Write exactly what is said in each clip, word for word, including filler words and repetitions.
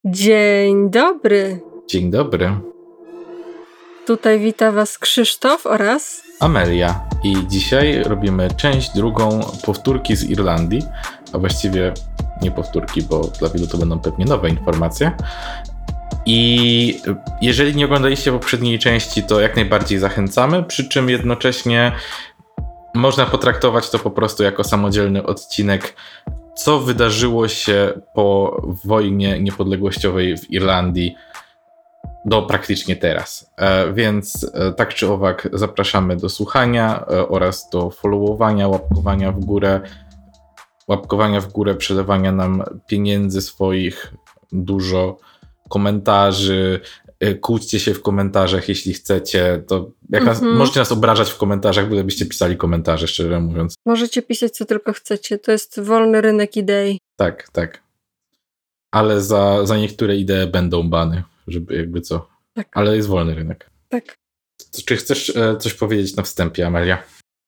Dzień dobry. Dzień dobry. Tutaj wita Was Krzysztof oraz Amelia. I dzisiaj robimy część drugą powtórki z Irlandii, a właściwie nie powtórki, bo dla wielu to będą pewnie nowe informacje. I jeżeli nie oglądaliście poprzedniej części, to jak najbardziej zachęcamy, przy czym jednocześnie można potraktować to po prostu jako samodzielny odcinek, co wydarzyło się po wojnie niepodległościowej w Irlandii do praktycznie teraz. E, więc e, tak czy owak zapraszamy do słuchania e, oraz do followowania, łapkowania w górę, łapkowania w górę, przelewania nam pieniędzy swoich, dużo komentarzy, e, kłóćcie się w komentarzach, jeśli chcecie. To jak nas, Mhm. możecie nas obrażać w komentarzach, bylebyście pisali komentarze, szczerze mówiąc. możecie pisać co tylko chcecie. To jest wolny rynek idei. Tak, tak. Ale za, za niektóre idee będą bany, żeby jakby co. Tak. Ale jest wolny rynek. Tak. Czy chcesz e, coś powiedzieć na wstępie, Amelia?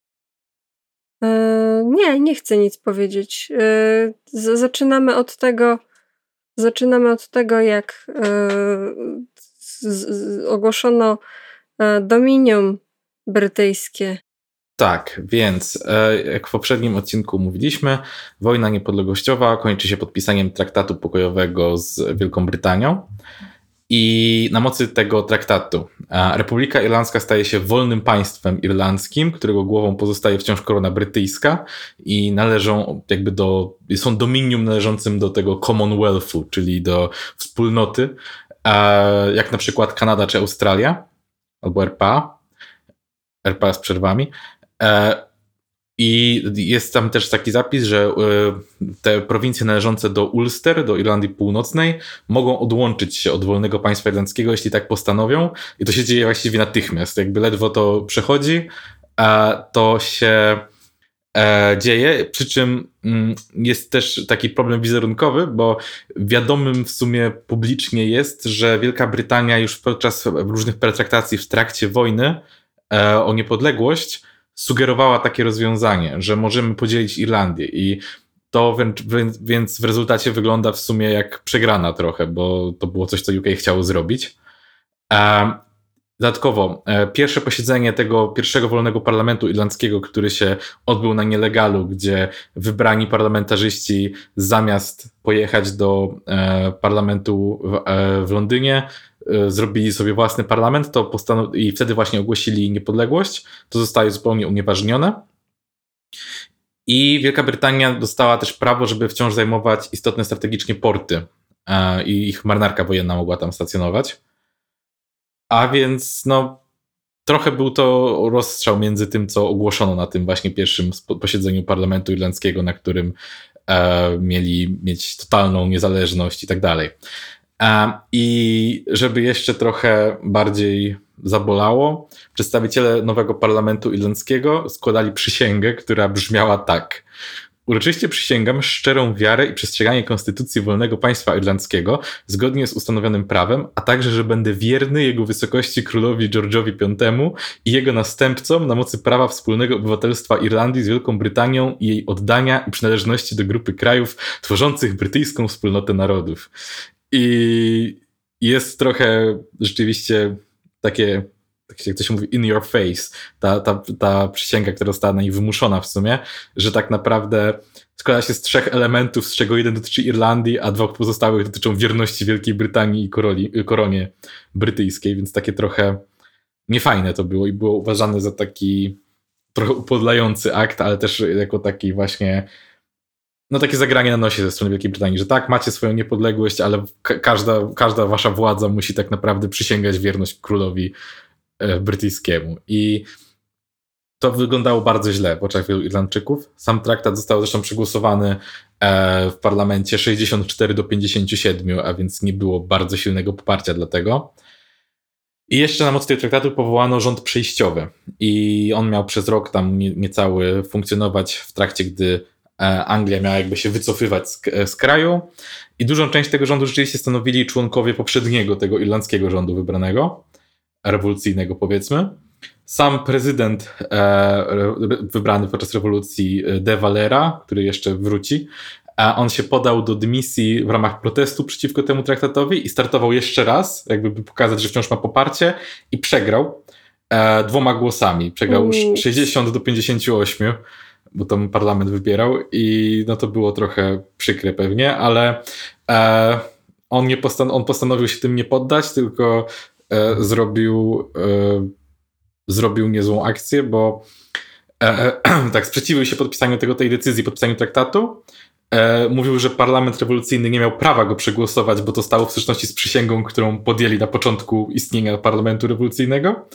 E, nie, nie chcę nic powiedzieć. E, z, zaczynamy od tego, zaczynamy od tego, jak e, z, z, ogłoszono e, dominium brytyjskie. Tak, więc e, jak w poprzednim odcinku mówiliśmy, wojna niepodległościowa kończy się podpisaniem traktatu pokojowego z Wielką Brytanią i na mocy tego traktatu e, Republika Irlandzka staje się wolnym państwem irlandzkim, którego głową pozostaje wciąż korona brytyjska i należą jakby do, są dominium należącym do tego Commonwealthu, czyli do wspólnoty, e, jak na przykład Kanada czy Australia, albo R P A, R P A z przerwami. I jest tam też taki zapis, że te prowincje należące do Ulster, do Irlandii Północnej, mogą odłączyć się od wolnego państwa irlandzkiego, jeśli tak postanowią. I to się dzieje właściwie natychmiast. Jakby ledwo to przechodzi, to się dzieje. Przy czym jest też taki problem wizerunkowy, bo wiadomym w sumie publicznie jest, że Wielka Brytania już podczas różnych pretraktacji w trakcie wojny o niepodległość sugerowała takie rozwiązanie, że możemy podzielić Irlandię i to więc w rezultacie wygląda w sumie jak przegrana trochę, bo to było coś, co U K chciało zrobić. Dodatkowo pierwsze posiedzenie tego pierwszego wolnego parlamentu irlandzkiego, który się odbył na nielegalu, gdzie wybrani parlamentarzyści zamiast pojechać do parlamentu w, w Londynie, zrobili sobie własny parlament to postanow- i wtedy właśnie ogłosili niepodległość. To zostaje zupełnie unieważnione. I Wielka Brytania dostała też prawo, żeby wciąż zajmować istotne strategicznie porty e, i ich marynarka wojenna mogła tam stacjonować. A więc no trochę był to rozstrzał między tym, co ogłoszono na tym właśnie pierwszym posiedzeniu parlamentu irlandzkiego, na którym e, mieli mieć totalną niezależność i tak dalej. I żeby jeszcze trochę bardziej zabolało, przedstawiciele nowego parlamentu irlandzkiego składali przysięgę, która brzmiała tak. Uroczyście przysięgam szczerą wiarę i przestrzeganie konstytucji wolnego państwa irlandzkiego zgodnie z ustanowionym prawem, a także, że będę wierny jego wysokości królowi George'owi Piątemu i jego następcom na mocy prawa wspólnego obywatelstwa Irlandii z Wielką Brytanią i jej oddania i przynależności do grupy krajów tworzących brytyjską wspólnotę narodów. I jest trochę rzeczywiście takie, tak jak to się mówi, in your face, ta, ta, ta przysięga, która została na nich wymuszona w sumie, że tak naprawdę składa się z trzech elementów, z czego jeden dotyczy Irlandii, a dwa pozostałych dotyczą wierności Wielkiej Brytanii i koroli, koronie brytyjskiej, więc takie trochę niefajne to było i było uważane za taki trochę upodlający akt, ale też jako taki właśnie no takie zagranie na nosie ze strony Wielkiej Brytanii, że tak, macie swoją niepodległość, ale ka- każda, każda wasza władza musi tak naprawdę przysięgać wierność królowi e, brytyjskiemu. I to wyglądało bardzo źle w oczach wielu Irlandczyków. Sam traktat został zresztą przegłosowany e, w parlamencie sześćdziesiąt cztery do pięćdziesięciu siedmiu, a więc nie było bardzo silnego poparcia dla tego. I jeszcze na mocy tego traktatu powołano rząd przejściowy. I on miał przez rok tam nie, niecały funkcjonować w trakcie, gdy Anglia miała jakby się wycofywać z, z kraju i dużą część tego rządu rzeczywiście stanowili członkowie poprzedniego tego irlandzkiego rządu wybranego, rewolucyjnego powiedzmy. Sam prezydent e, wybrany podczas rewolucji De Valera, który jeszcze wróci, a on się podał do dymisji w ramach protestu przeciwko temu traktatowi i startował jeszcze raz, jakby by pokazać, że wciąż ma poparcie i przegrał e, dwoma głosami. Przegrał mm. sześćdziesiąt do pięćdziesięciu ośmiu, bo tam parlament wybierał i no to było trochę przykre pewnie, ale e, on, nie postan- on postanowił się tym nie poddać, tylko e, zrobił, e, zrobił niezłą akcję, bo e, e, tak sprzeciwił się podpisaniu tego, tej decyzji, podpisaniu traktatu. E, mówił, że parlament rewolucyjny nie miał prawa go przegłosować, bo to stało w sprzeczności z przysięgą, którą podjęli na początku istnienia parlamentu rewolucyjnego.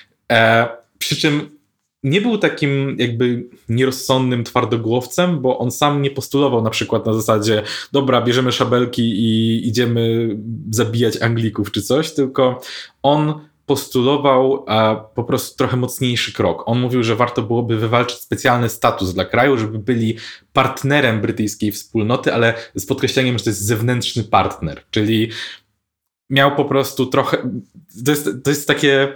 E, przy czym nie był takim jakby nierozsądnym twardogłowcem, bo on sam nie postulował na przykład na zasadzie dobra, bierzemy szabelki i idziemy zabijać Anglików czy coś, tylko on postulował a, po prostu trochę mocniejszy krok. On mówił, że warto byłoby wywalczyć specjalny status dla kraju, żeby byli partnerem brytyjskiej wspólnoty, ale z podkreśleniem, że to jest zewnętrzny partner, czyli miał po prostu trochę... To jest, to jest takie...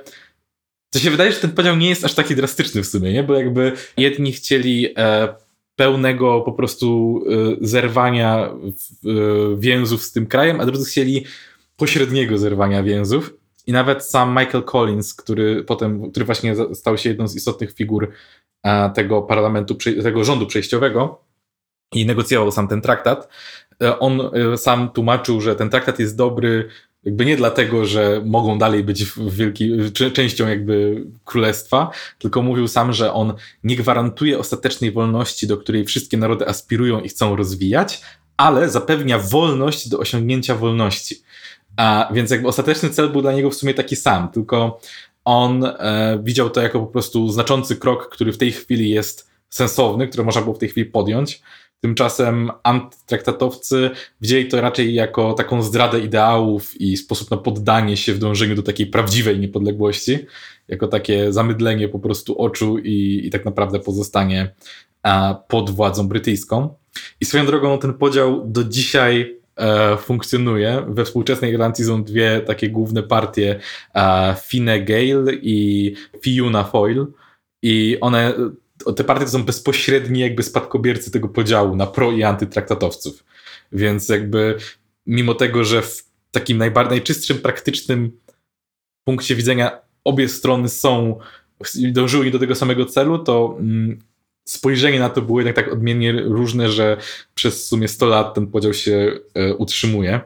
To się wydaje, że ten podział nie jest aż taki drastyczny w sumie, nie? Bo jakby jedni chcieli e, pełnego po prostu e, zerwania w, e, więzów z tym krajem, a drudzy chcieli pośredniego zerwania więzów. I nawet sam Michael Collins, który potem, który właśnie stał się jedną z istotnych figur e, tego parlamentu, tego rządu przejściowego i negocjował sam ten traktat, e, on e, sam tłumaczył, że ten traktat jest dobry jakby nie dlatego, że mogą dalej być w wielki, częścią jakby królestwa, tylko mówił sam, że on nie gwarantuje ostatecznej wolności, do której wszystkie narody aspirują i chcą rozwijać, ale zapewnia wolność do osiągnięcia wolności. A więc jakby ostateczny cel był dla niego w sumie taki sam, tylko on e, widział to jako po prostu znaczący krok, który w tej chwili jest sensowny, który można było w tej chwili podjąć. Tymczasem antytraktatowcy widzieli to raczej jako taką zdradę ideałów i sposób na poddanie się w dążeniu do takiej prawdziwej niepodległości, jako takie zamydlenie po prostu oczu i, i tak naprawdę pozostanie a, pod władzą brytyjską. I swoją drogą ten podział do dzisiaj e, funkcjonuje. We współczesnej Irlandii są dwie takie główne partie, e, Fine Gael i Fianna Fáil, i one... Te partie to są bezpośredni jakby spadkobiercy tego podziału na pro- i antytraktatowców. Więc jakby mimo tego, że w takim najbardziej najczystszym, praktycznym punkcie widzenia obie strony są, dążyły do tego samego celu, to mm, spojrzenie na to było jednak tak odmiennie różne, że przez w sumie sto lat ten podział się e, utrzymuje.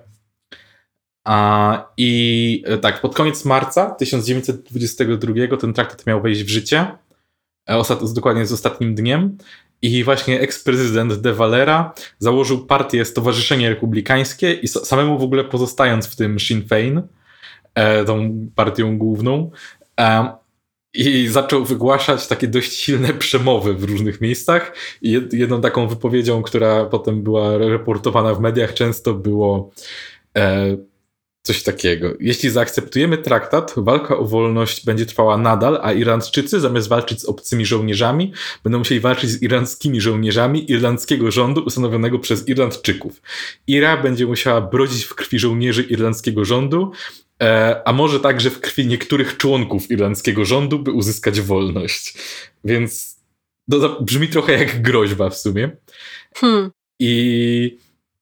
A, I e, tak, pod koniec marca tysiąc dziewięćset dwudziestego drugiego ten traktat miał wejść w życie. Ostat- dokładnie z ostatnim dniem. I właśnie eks-prezydent De Valera założył partię Stowarzyszenie Republikańskie i samemu w ogóle pozostając w tym Sinn Féin, e, tą partią główną, e, i zaczął wygłaszać takie dość silne przemowy w różnych miejscach. I jed- jedną taką wypowiedzią, która potem była reportowana w mediach, często było e, coś takiego. Jeśli zaakceptujemy traktat, walka o wolność będzie trwała nadal, a Irlandczycy zamiast walczyć z obcymi żołnierzami, będą musieli walczyć z irlandzkimi żołnierzami irlandzkiego rządu ustanowionego przez Irlandczyków. Ira będzie musiała brodzić w krwi żołnierzy irlandzkiego rządu, e, a może także w krwi niektórych członków irlandzkiego rządu, by uzyskać wolność. Więc to, to brzmi trochę jak groźba w sumie. Hmm. I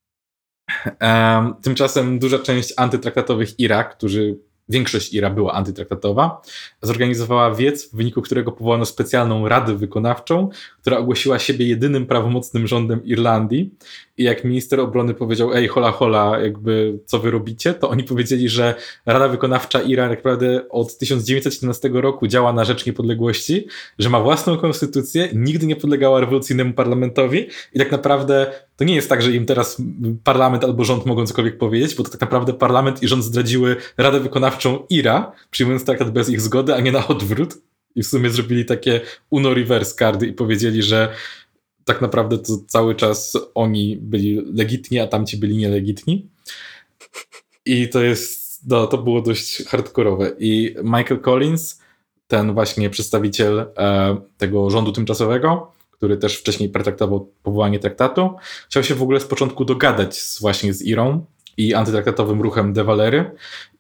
Um, tymczasem duża część antytraktatowych Ira, którzy, większość Ira była antytraktatowa, zorganizowała wiec, w wyniku którego powołano specjalną radę wykonawczą, która ogłosiła siebie jedynym prawomocnym rządem Irlandii. I jak minister obrony powiedział, ej, hola, hola, jakby co wy robicie, to oni powiedzieli, że Rada Wykonawcza Ira tak naprawdę od tysiąc dziewięćset siedemnastego roku działa na rzecz niepodległości, że ma własną konstytucję, nigdy nie podlegała rewolucyjnemu parlamentowi i tak naprawdę to nie jest tak, że im teraz parlament albo rząd mogą cokolwiek powiedzieć, bo to tak naprawdę parlament i rząd zdradziły Radę Wykonawczą Ira, przyjmując traktat bez ich zgody, a nie na odwrót. I w sumie zrobili takie uno reverse kardy i powiedzieli, że tak naprawdę to cały czas oni byli legitni, a tamci byli nielegitni. I to jest, no, to było dość hardkorowe. I Michael Collins, ten właśnie przedstawiciel e, tego rządu tymczasowego, który też wcześniej pretraktował powołanie traktatu, chciał się w ogóle z początku dogadać z, właśnie z Irą i antystraktatowym ruchem De Valery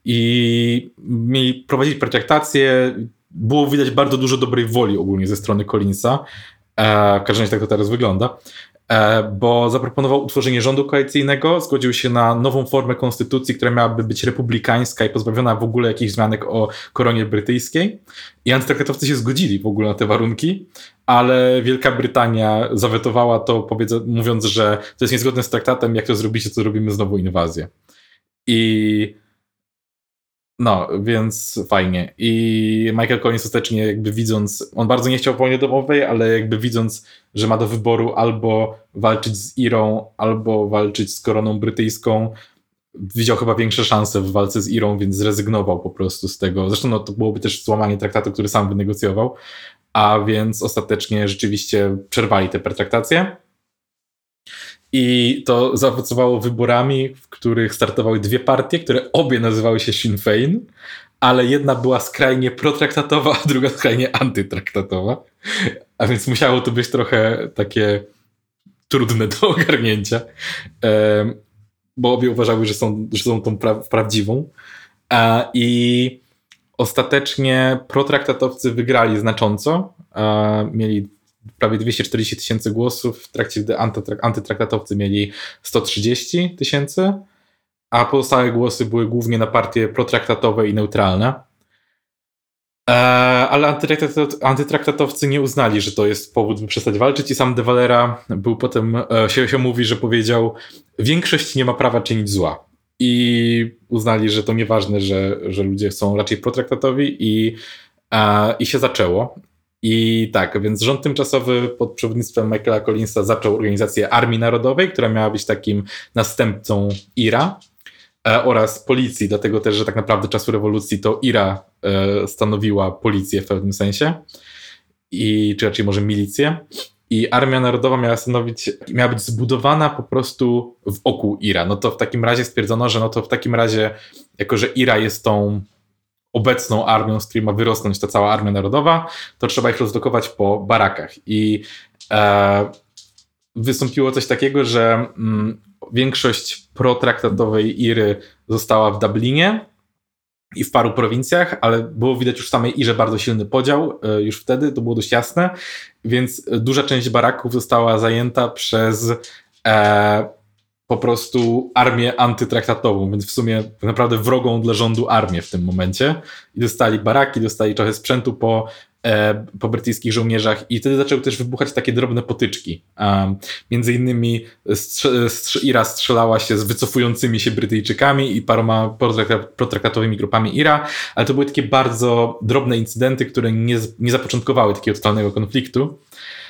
i mieli prowadzić pretraktację. Było widać bardzo dużo dobrej woli ogólnie ze strony Collinsa. E, w każdym razie tak to teraz wygląda. bo zaproponował utworzenie rządu koalicyjnego, zgodził się na nową formę konstytucji, która miałaby być republikańska i pozbawiona w ogóle jakichś wzmianek o koronie brytyjskiej. I antytraktatowcy się zgodzili w ogóle na te warunki, ale Wielka Brytania zawetowała to, powiedz- mówiąc, że to jest niezgodne z traktatem, jak to zrobicie, to zrobimy znowu inwazję. I no, więc fajnie. I Michael Collins ostatecznie jakby widząc, on bardzo nie chciał wojny domowej, ale jakby widząc, że ma do wyboru albo walczyć z Irą, albo walczyć z koroną brytyjską, widział chyba większe szanse w walce z Irą, więc zrezygnował po prostu z tego. Zresztą no, to byłoby też złamanie traktatu, który sam wynegocjował, a więc ostatecznie rzeczywiście przerwali te pertraktacje. I to zaowocowało wyborami, w których startowały dwie partie, które obie nazywały się Sinn Fein, ale jedna była skrajnie protraktatowa, a druga skrajnie antytraktatowa. A więc musiało to być trochę takie trudne do ogarnięcia, bo obie uważały, że są, że są tą pra- prawdziwą. I ostatecznie protraktatowcy wygrali znacząco. Mieli prawie dwieście czterdzieści tysięcy głosów, w trakcie gdy antytrak- antytraktatowcy mieli sto trzydzieści tysięcy, a pozostałe głosy były głównie na partie protraktatowe i neutralne. Eee, ale antytraktat- antytraktatowcy nie uznali, że to jest powód, by przestać walczyć i sam De Valera był potem, e, się, się mówi, że powiedział: większość nie ma prawa czynić zła. I uznali, że to nieważne, że, że ludzie są raczej protraktatowi i, e, i się zaczęło. I tak, więc rząd tymczasowy pod przewodnictwem Michaela Collinsa zaczął organizację Armii Narodowej, która miała być takim następcą I R A e, oraz policji, dlatego też, że tak naprawdę czasu rewolucji to I R A e, stanowiła policję w pewnym sensie, i, czy raczej może milicję. I Armia Narodowa miała stanowić, miała być zbudowana po prostu wokół I R A. No to w takim razie stwierdzono, że no to w takim razie, jako że I R A jest tą obecną armią, z której ma wyrosnąć ta cała Armia Narodowa, to trzeba ich rozlokować po barakach. I e, wystąpiło coś takiego, że mm, większość protraktatowej I R Y została w Dublinie i w paru prowincjach, ale było widać już w samej I R ze bardzo silny podział, e, już wtedy to było dość jasne, więc duża część baraków została zajęta przez e, po prostu armię antytraktatową, więc w sumie tak naprawdę wrogą dla rządu armię w tym momencie. I dostali baraki, dostali trochę sprzętu po, e, po brytyjskich żołnierzach i wtedy zaczęły też wybuchać takie drobne potyczki. Um, między innymi strze- strze- I R A strzelała się z wycofującymi się Brytyjczykami i paroma protraktatowymi grupami I R A, ale to były takie bardzo drobne incydenty, które nie, nie zapoczątkowały takiego totalnego konfliktu.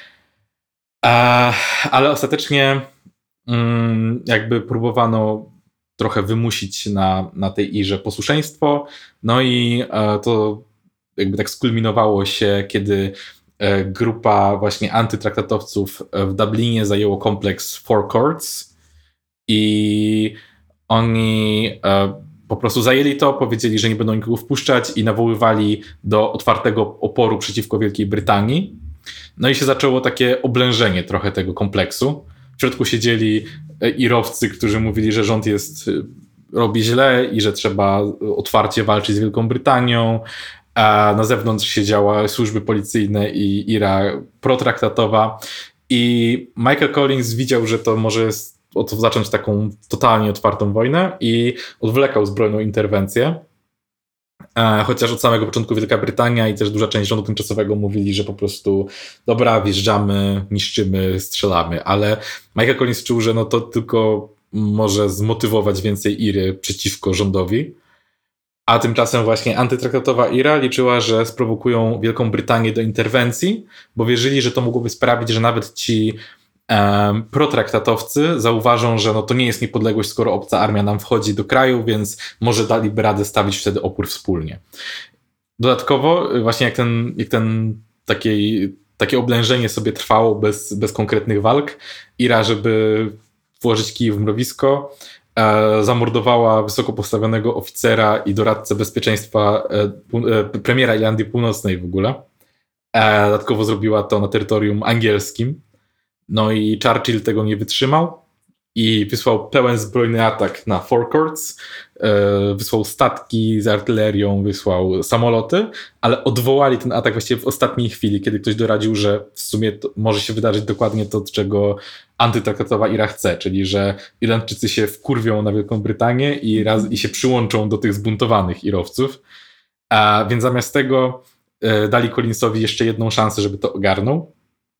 E, ale ostatecznie jakby próbowano trochę wymusić na, na tej I R ze posłuszeństwo, no i e, to jakby tak skulminowało się, kiedy e, grupa właśnie antytraktatowców w Dublinie zajęło kompleks Four Courts i oni e, po prostu zajęli to, powiedzieli, że nie będą nikogo wpuszczać i nawoływali do otwartego oporu przeciwko Wielkiej Brytanii. No i się zaczęło takie oblężenie trochę tego kompleksu. W środku siedzieli irowcy, którzy mówili, że rząd jest, robi źle i że trzeba otwarcie walczyć z Wielką Brytanią, a na zewnątrz siedziały służby policyjne i I R A protraktatowa. I Michael Collins widział, że to może zacząć taką totalnie otwartą wojnę i odwlekał zbrojną interwencję. Chociaż od samego początku Wielka Brytania i też duża część rządu tymczasowego mówili, że po prostu dobra, wjeżdżamy, niszczymy, strzelamy, ale Michael Collins czuł, że no to tylko może zmotywować więcej I R Y przeciwko rządowi, a tymczasem właśnie antytraktatowa I R A liczyła, że sprowokują Wielką Brytanię do interwencji, bo wierzyli, że to mogłoby sprawić, że nawet ci Um, protraktatowcy zauważą, że no to nie jest niepodległość, skoro obca armia nam wchodzi do kraju, więc może daliby radę stawić wtedy opór wspólnie. Dodatkowo właśnie jak ten, jak ten takie, takie oblężenie sobie trwało bez, bez konkretnych walk, I R A, żeby włożyć kij w mrowisko, e, zamordowała wysoko postawionego oficera i doradcę bezpieczeństwa e, e, premiera Irlandii Północnej w ogóle. E, dodatkowo zrobiła to na terytorium angielskim. No i Churchill tego nie wytrzymał i wysłał pełen zbrojny atak na Four Courts, wysłał statki z artylerią, wysłał samoloty, ale odwołali ten atak właściwie w ostatniej chwili, kiedy ktoś doradził, że w sumie to może się wydarzyć dokładnie to, czego antytraktatowa Ira chce, czyli że Irlandczycy się wkurwią na Wielką Brytanię i, raz, i się przyłączą do tych zbuntowanych Irowców. A więc zamiast tego e, dali Collinsowi jeszcze jedną szansę, żeby to ogarnął.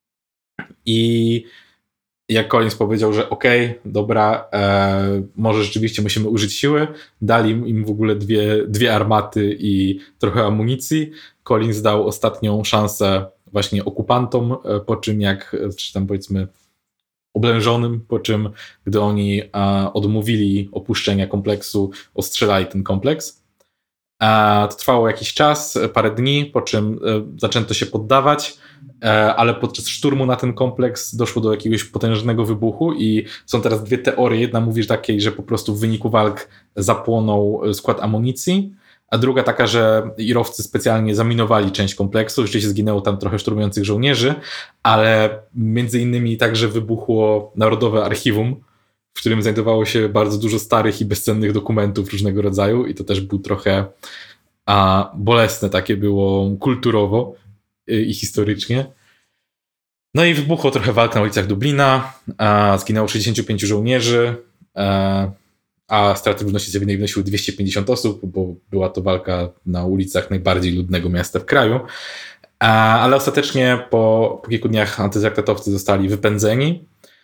I jak Collins powiedział, że okej, okay, dobra, e, może rzeczywiście musimy użyć siły, dali im w ogóle dwie, dwie armaty i trochę amunicji. Collins dał ostatnią szansę właśnie okupantom, e, po czym jak, czy tam powiedzmy oblężonym, po czym gdy oni e, odmówili opuszczenia kompleksu, ostrzelali ten kompleks. E, to trwało jakiś czas, parę dni, po czym e, zaczęto się poddawać, e, ale podczas szturmu na ten kompleks doszło do jakiegoś potężnego wybuchu i są teraz dwie teorie. Jedna mówi takiej, że po prostu w wyniku walk zapłonął skład amunicji, a druga taka, że Irowcy specjalnie zaminowali część kompleksu, rzeczywiście zginęło tam trochę szturmujących żołnierzy, ale między innymi także wybuchło Narodowe Archiwum, w którym znajdowało się bardzo dużo starych i bezcennych dokumentów różnego rodzaju i to też był trochę a, bolesne takie było kulturowo i, i historycznie. No i wybuchło trochę walk na ulicach Dublina, a, zginęło sześćdziesięciu pięciu żołnierzy, a, a straty ludności cywilnej wynosiły dwieście pięćdziesiąt osób, bo była to walka na ulicach najbardziej ludnego miasta w kraju. A, ale ostatecznie po, po kilku dniach antytraktatowcy zostali wypędzeni.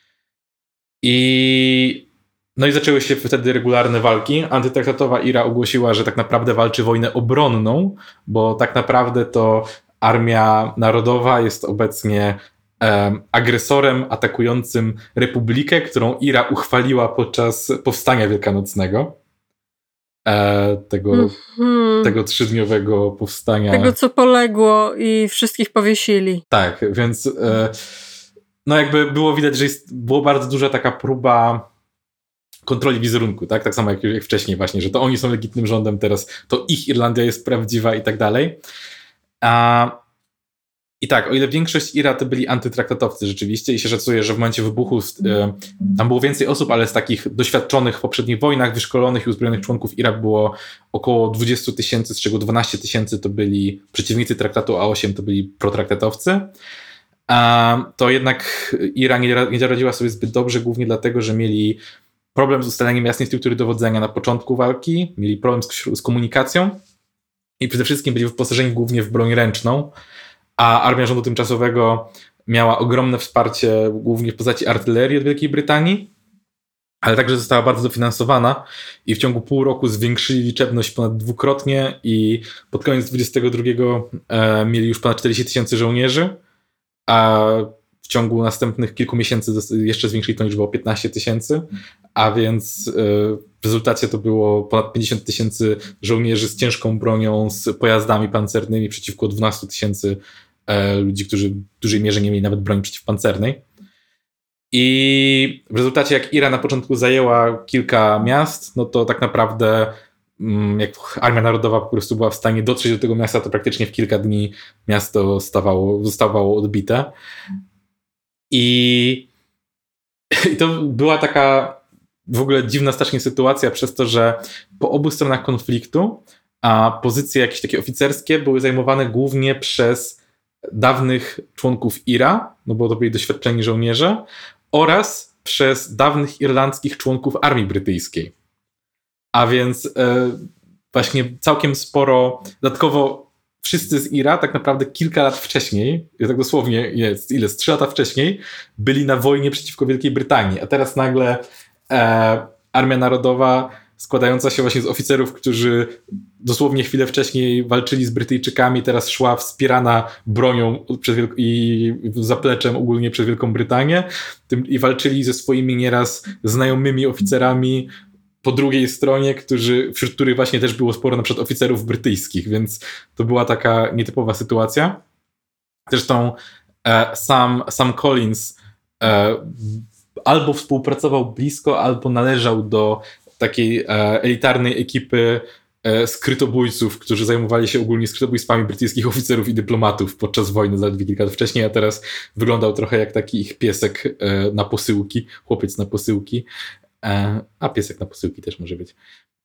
I no i zaczęły się wtedy regularne walki. Antytraktatowa Ira ogłosiła, że tak naprawdę walczy wojnę obronną, bo tak naprawdę to Armia Narodowa jest obecnie e, agresorem atakującym republikę, którą Ira uchwaliła podczas powstania wielkanocnego. E, tego, mm-hmm. tego trzydniowego powstania. Tego, co poległo i wszystkich powiesili. Tak, więc e, no jakby było widać, że jest, było bardzo duża taka próba kontroli wizerunku, tak? Tak samo jak, jak wcześniej właśnie, że to oni są legitymnym rządem, teraz to ich Irlandia jest prawdziwa i tak dalej. A, I tak, o ile większość Ira to byli antytraktatowcy rzeczywiście i się szacuje, że w momencie wybuchu e, tam było więcej osób, ale z takich doświadczonych w poprzednich wojnach, wyszkolonych i uzbrojonych członków Ira było około dwadzieścia tysięcy, z czego dwanaście tysięcy to byli przeciwnicy traktatu, a osiem to byli protraktatowcy. A, to jednak Ira nie, nie radziła sobie zbyt dobrze, głównie dlatego, że mieli problem z ustaleniem jasnej struktury dowodzenia na początku walki, mieli problem z, z komunikacją i przede wszystkim byli wyposażeni głównie w broń ręczną, a armia rządu tymczasowego miała ogromne wsparcie głównie w postaci artylerii od Wielkiej Brytanii, ale także została bardzo dofinansowana i w ciągu pół roku zwiększyli liczebność ponad dwukrotnie i pod koniec dwudziestego drugiego e, mieli już ponad czterdzieści tysięcy żołnierzy, a w ciągu następnych kilku miesięcy jeszcze zwiększyli tą liczbę o piętnaście tysięcy, a więc w rezultacie to było ponad pięćdziesiąt tysięcy żołnierzy z ciężką bronią, z pojazdami pancernymi przeciwko dwanaście tysięcy ludzi, którzy w dużej mierze nie mieli nawet broni przeciwpancernej. I w rezultacie jak Ira na początku zajęła kilka miast, no to tak naprawdę jak Armia Narodowa po prostu była w stanie dotrzeć do tego miasta, to praktycznie w kilka dni miasto stawało, zostawało odbite. I, I to była taka w ogóle dziwna strasznie sytuacja przez to, że po obu stronach konfliktu a pozycje jakieś takie oficerskie były zajmowane głównie przez dawnych członków Ira, no bo to byli doświadczeni żołnierze, oraz przez dawnych irlandzkich członków armii brytyjskiej. A więc e, właśnie całkiem sporo, dodatkowo wszyscy z Ira tak naprawdę kilka lat wcześniej, tak dosłownie jest, ile, z trzy lata wcześniej, byli na wojnie przeciwko Wielkiej Brytanii, a teraz nagle e, Armia Narodowa składająca się właśnie z oficerów, którzy dosłownie chwilę wcześniej walczyli z Brytyjczykami, teraz szła wspierana bronią przez Wielk- i zapleczem ogólnie przez Wielką Brytanię tym, i walczyli ze swoimi nieraz znajomymi oficerami po drugiej stronie, którzy, wśród których właśnie też było sporo na przykład oficerów brytyjskich, więc to była taka nietypowa sytuacja. Zresztą e, sam, sam Collins e, albo współpracował blisko, albo należał do takiej e, elitarnej ekipy skrytobójców, którzy zajmowali się ogólnie skrytobójstwami brytyjskich oficerów i dyplomatów podczas wojny zaledwie kilka lat wcześniej, a teraz wyglądał trochę jak taki ich piesek na posyłki, chłopiec na posyłki, a piesek na posyłki też może być.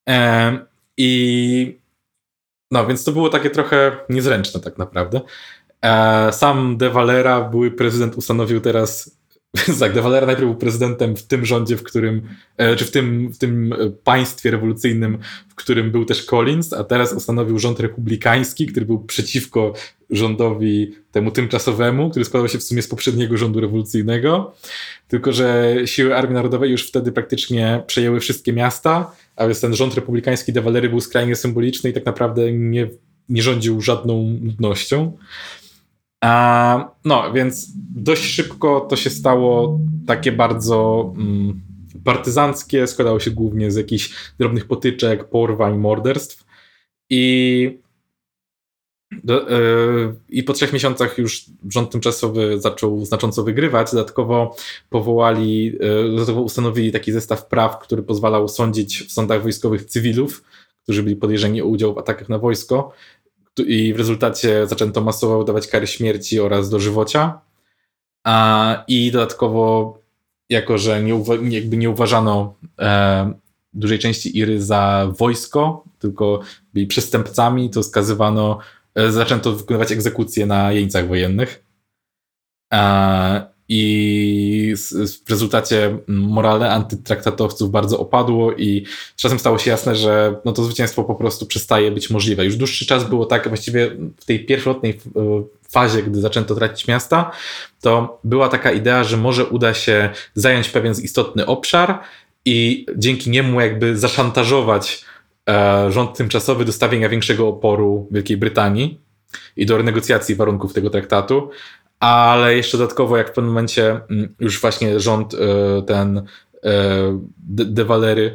I no, więc to było takie trochę niezręczne tak naprawdę. Sam De Valera, były prezydent, ustanowił teraz tak, De Valera najpierw był prezydentem w tym rządzie, w którym, czy w tym, w tym państwie rewolucyjnym, w którym był też Collins, a teraz ustanowił rząd republikański, który był przeciwko rządowi temu tymczasowemu, który składał się w sumie z poprzedniego rządu rewolucyjnego, tylko że siły Armii Narodowej już wtedy praktycznie przejęły wszystkie miasta, a więc ten rząd republikański De Valery był skrajnie symboliczny i tak naprawdę nie, nie rządził żadną ludnością. A, no, więc dość szybko to się stało takie bardzo mm, partyzanckie, składało się głównie z jakichś drobnych potyczek, porwań, morderstw i, do, yy, i po trzech miesiącach już rząd tymczasowy zaczął znacząco wygrywać. Dodatkowo powołali, yy, dodatkowo ustanowili taki zestaw praw, który pozwalał sądzić w sądach wojskowych cywilów, którzy byli podejrzeni o udział w atakach na wojsko. I w rezultacie zaczęto masowo wydawać kary śmierci oraz dożywocia. A, I dodatkowo, jako że nie, uwa- jakby nie uważano e, dużej części Iry za wojsko, tylko byli przestępcami, to skazywano, e, zaczęto wykonywać egzekucje na jeńcach wojennych. E, I w rezultacie morale antytraktatowców bardzo opadło i z czasem stało się jasne, że no to zwycięstwo po prostu przestaje być możliwe. Już dłuższy czas było tak, właściwie w tej pierwotnej fazie, gdy zaczęto tracić miasta, to była taka idea, że może uda się zająć pewien istotny obszar i dzięki niemu jakby zaszantażować e, rząd tymczasowy do stawienia większego oporu Wielkiej Brytanii i do renegocjacji warunków tego traktatu. Ale jeszcze dodatkowo, jak w pewnym momencie już właśnie rząd ten De Valery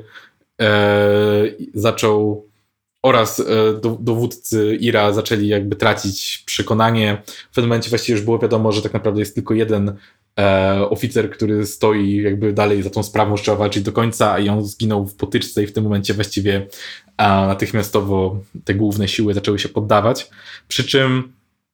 zaczął oraz dowódcy Ira zaczęli jakby tracić przekonanie. W pewnym momencie właściwie już było wiadomo, że tak naprawdę jest tylko jeden oficer, który stoi jakby dalej za tą sprawą, trzeba walczyć do końca, i on zginął w potyczce i w tym momencie właściwie natychmiastowo te główne siły zaczęły się poddawać. Przy czym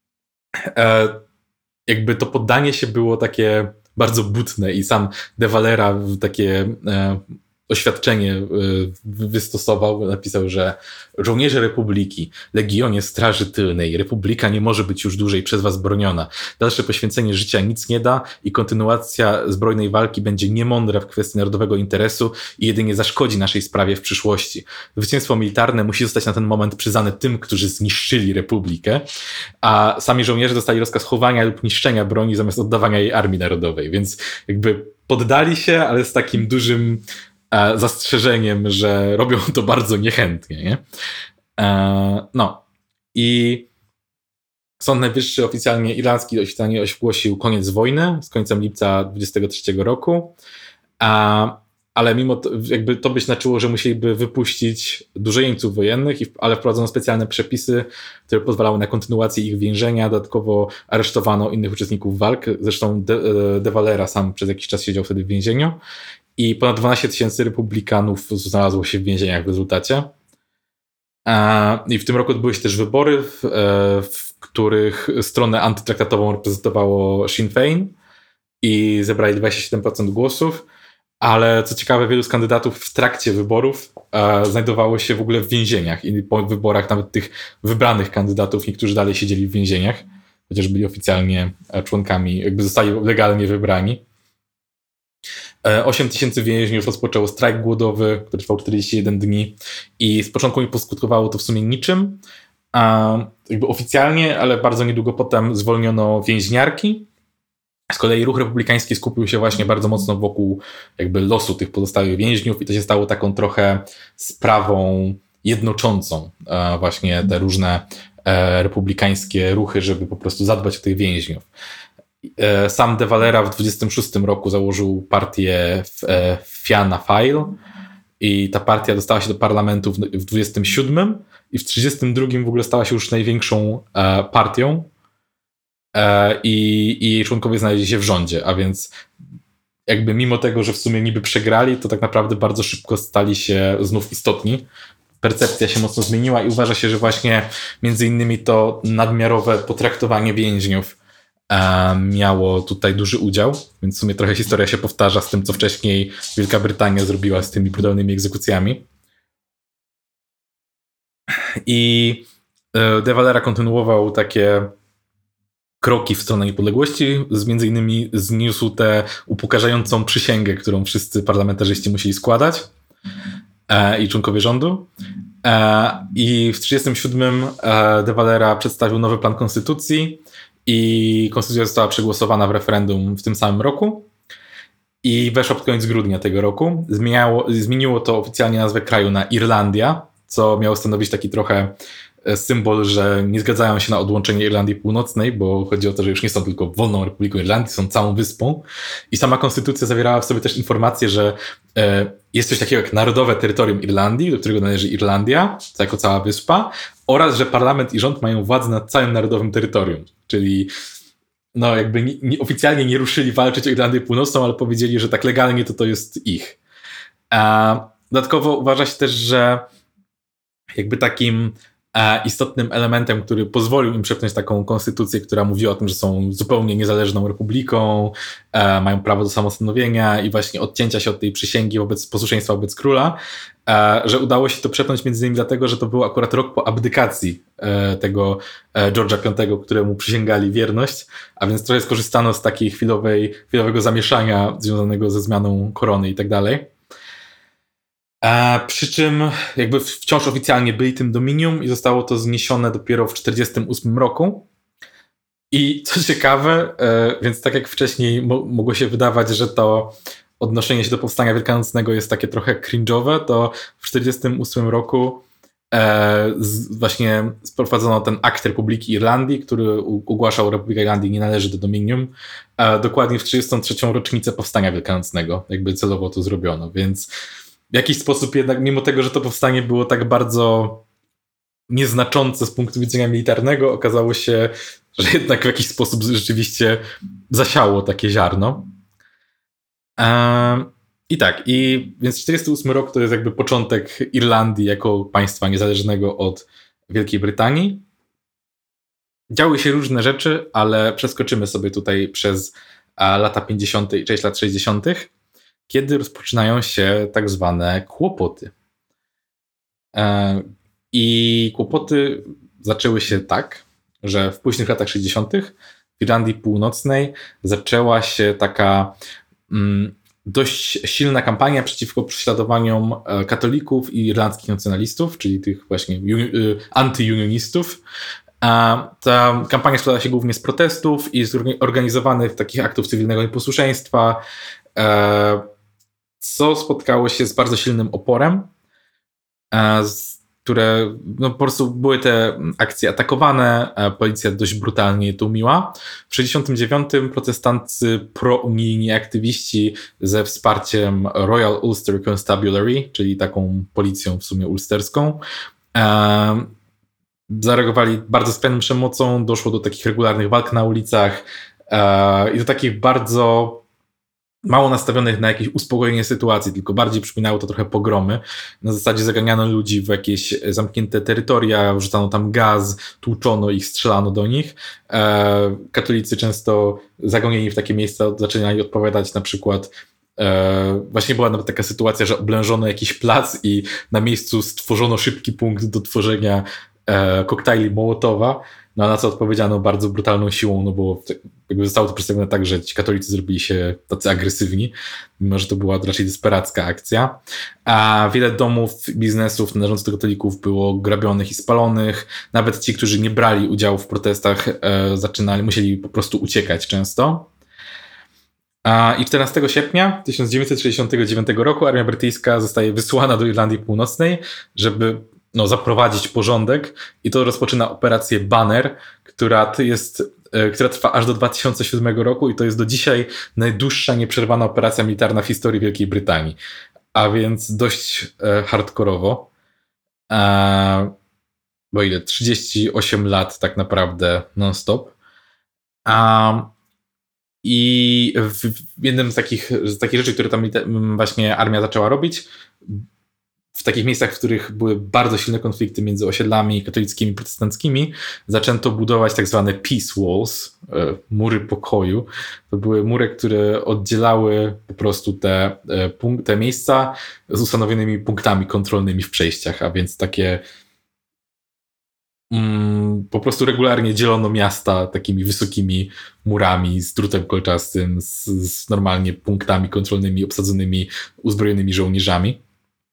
jakby to poddanie się było takie bardzo butne i sam De Valera takie e, oświadczenie e, wystosował, napisał, że żołnierze Republiki, Legionie Straży Tylnej, Republika nie może być już dłużej przez was broniona. Dalsze poświęcenie życia nic nie da i kontynuacja zbrojnej walki będzie niemądra w kwestii narodowego interesu i jedynie zaszkodzi naszej sprawie w przyszłości. Zwycięstwo militarne musi zostać na ten moment przyznane tym, którzy zniszczyli Republikę, a sami żołnierze dostali rozkaz chowania lub niszczenia broni zamiast oddawania jej Armii Narodowej, więc jakby poddali się, ale z takim dużym e, zastrzeżeniem, że robią to bardzo niechętnie, nie? E, no i Sąd Najwyższy oficjalnie, irlandzki oficjalnie ogłosił koniec wojny z końcem lipca dwudziestego trzeciego roku, a ale mimo to, jakby to by znaczyło, że musieliby wypuścić dużo jeńców wojennych, ale wprowadzono specjalne przepisy, które pozwalały na kontynuację ich więzienia. Dodatkowo aresztowano innych uczestników walk. Zresztą De, De Valera sam przez jakiś czas siedział wtedy w więzieniu i ponad dwanaście tysięcy republikanów znalazło się w więzieniach w rezultacie. I w tym roku odbyły się też wybory, w, w których stronę antytraktatową reprezentowało Sinn Féin i zebrali dwadzieścia siedem procent głosów. Ale co ciekawe, wielu z kandydatów w trakcie wyborów e, znajdowało się w ogóle w więzieniach i po wyborach nawet tych wybranych kandydatów niektórzy dalej siedzieli w więzieniach, chociaż byli oficjalnie członkami, jakby zostali legalnie wybrani. E, osiem tysięcy więźniów rozpoczęło strajk głodowy, który trwał czterdzieści jeden dni i z początku nie poskutkowało to w sumie niczym. E, jakby oficjalnie, ale bardzo niedługo potem zwolniono więźniarki. Z kolei ruch republikański skupił się właśnie bardzo mocno wokół jakby losu tych pozostałych więźniów i to się stało taką trochę sprawą jednoczącą e, właśnie te różne e, republikańskie ruchy, żeby po prostu zadbać o tych więźniów. E, sam De Valera w dwudziestym szóstym roku założył partię e, Fianna Fáil i ta partia dostała się do parlamentu w, w dwudziestym siódmym i w trzydziestym drugim w ogóle stała się już największą e, partią. I, i jej członkowie znaleźli się w rządzie, a więc jakby mimo tego, że w sumie niby przegrali, to tak naprawdę bardzo szybko stali się znów istotni percepcja się mocno zmieniła i uważa się, że właśnie między innymi to nadmiarowe potraktowanie więźniów e, miało tutaj duży udział, więc w sumie trochę historia się powtarza z tym, co wcześniej Wielka Brytania zrobiła z tymi brutalnymi egzekucjami. I e, De Valera kontynuował takie kroki w stronę niepodległości, z między innymi zniósł tę upokarzającą przysięgę, którą wszyscy parlamentarzyści musieli składać e, i członkowie rządu. E, I w trzydziestym siódmym e, De Valera przedstawił nowy plan konstytucji i konstytucja została przegłosowana w referendum w tym samym roku i weszła pod koniec grudnia tego roku. Zmieniało, zmieniło to oficjalnie nazwę kraju na Irlandia, co miało stanowić taki trochę symbol, że nie zgadzają się na odłączenie Irlandii Północnej, bo chodzi o to, że już nie są tylko wolną Republiką Irlandii, są całą wyspą. I sama konstytucja zawierała w sobie też informację, że e, jest coś takiego jak narodowe terytorium Irlandii, do którego należy Irlandia, jako cała wyspa, oraz, że parlament i rząd mają władzę nad całym narodowym terytorium. Czyli no jakby nie, nie, oficjalnie nie ruszyli walczyć o Irlandię Północną, ale powiedzieli, że tak legalnie to to jest ich. A dodatkowo uważa się też, że jakby takim a istotnym elementem, który pozwolił im przepchnąć taką konstytucję, która mówiła o tym, że są zupełnie niezależną republiką, e, mają prawo do samostanowienia i właśnie odcięcia się od tej przysięgi wobec posłuszeństwa wobec króla, e, że udało się to przepchnąć między innymi dlatego, że to był akurat rok po abdykacji e, tego e, George'a Piątego, któremu przysięgali wierność, a więc trochę skorzystano z takiej chwilowej, chwilowego zamieszania związanego ze zmianą korony i tak dalej. A przy czym jakby wciąż oficjalnie byli tym dominium i zostało to zniesione dopiero w czterdziestym ósmym roku. I co ciekawe, więc tak jak wcześniej mo- mogło się wydawać, że to odnoszenie się do powstania wielkanocnego jest takie trochę cringe'owe, to w czterdziestym ósmym roku e, z, właśnie sprowadzono ten akt Republiki Irlandii, który u- ogłaszał Republikę Irlandii nie należy do dominium, e, dokładnie w trzydziestą trzecią rocznicę powstania wielkanocnego. Jakby celowo to zrobiono, więc w jakiś sposób jednak, mimo tego, że to powstanie było tak bardzo nieznaczące z punktu widzenia militarnego, okazało się, że jednak w jakiś sposób rzeczywiście zasiało takie ziarno. Ehm, I tak, i więc czterdziesty ósmy rok to jest jakby początek Irlandii jako państwa niezależnego od Wielkiej Brytanii. Działy się różne rzeczy, ale przeskoczymy sobie tutaj przez lata pięćdziesiąte i część lat sześćdziesiątych, kiedy rozpoczynają się tak zwane kłopoty. I kłopoty zaczęły się tak, że w późnych latach sześćdziesiątych w Irlandii Północnej zaczęła się taka mm, dość silna kampania przeciwko prześladowaniom katolików i irlandzkich nacjonalistów, czyli tych właśnie uni- antyunionistów. A ta kampania składała się głównie z protestów i z organizowanych takich aktów cywilnego nieposłuszeństwa, co spotkało się z bardzo silnym oporem, które no, po prostu były te akcje atakowane, policja dość brutalnie je tłumiła. W sześćdziesiątym dziewiątym protestancy prounijni aktywiści ze wsparciem Royal Ulster Constabulary, czyli taką policją w sumie ulsterską, e, zareagowali bardzo skrajną przemocą, doszło do takich regularnych walk na ulicach e, i do takich bardzo mało nastawionych na jakieś uspokojenie sytuacji, tylko bardziej przypominało to trochę pogromy. Na zasadzie zaganiano ludzi w jakieś zamknięte terytoria, wrzucano tam gaz, tłuczono ich, strzelano do nich. E, katolicy często zagonieni w takie miejsca zaczynali odpowiadać na przykład e, właśnie była nawet taka sytuacja, że oblężono jakiś plac i na miejscu stworzono szybki punkt do tworzenia e, koktajli Mołotowa, no, na co odpowiedziano bardzo brutalną siłą, no bo jakby zostało to przedstawione tak, że ci katolicy zrobili się tacy agresywni, mimo że to była raczej desperacka akcja. A wiele domów, biznesów należących do katolików było grabionych i spalonych. Nawet ci, którzy nie brali udziału w protestach, e, zaczynali, musieli po prostu uciekać często. A, I czternastego sierpnia tysiąc dziewięćset sześćdziesiątego dziewiątego roku armia brytyjska zostaje wysłana do Irlandii Północnej, żeby no, zaprowadzić porządek, i to rozpoczyna operację Banner, która jest, która trwa aż do dwa tysiące siódmego roku i to jest do dzisiaj najdłuższa nieprzerwana operacja militarna w historii Wielkiej Brytanii. A więc dość e, hardkorowo. E, bo ile? trzydzieści osiem lat tak naprawdę non-stop. A, I w, w jednym z takich, z takich rzeczy, które tam właśnie armia zaczęła robić, w takich miejscach, w których były bardzo silne konflikty między osiedlami katolickimi i protestanckimi, zaczęto budować tak zwane peace walls, mury pokoju. To były mury, które oddzielały po prostu te, te miejsca z ustanowionymi punktami kontrolnymi w przejściach, a więc takie mm, po prostu regularnie dzielono miasta takimi wysokimi murami z drutem kolczastym, z, z normalnie punktami kontrolnymi obsadzonymi uzbrojonymi żołnierzami.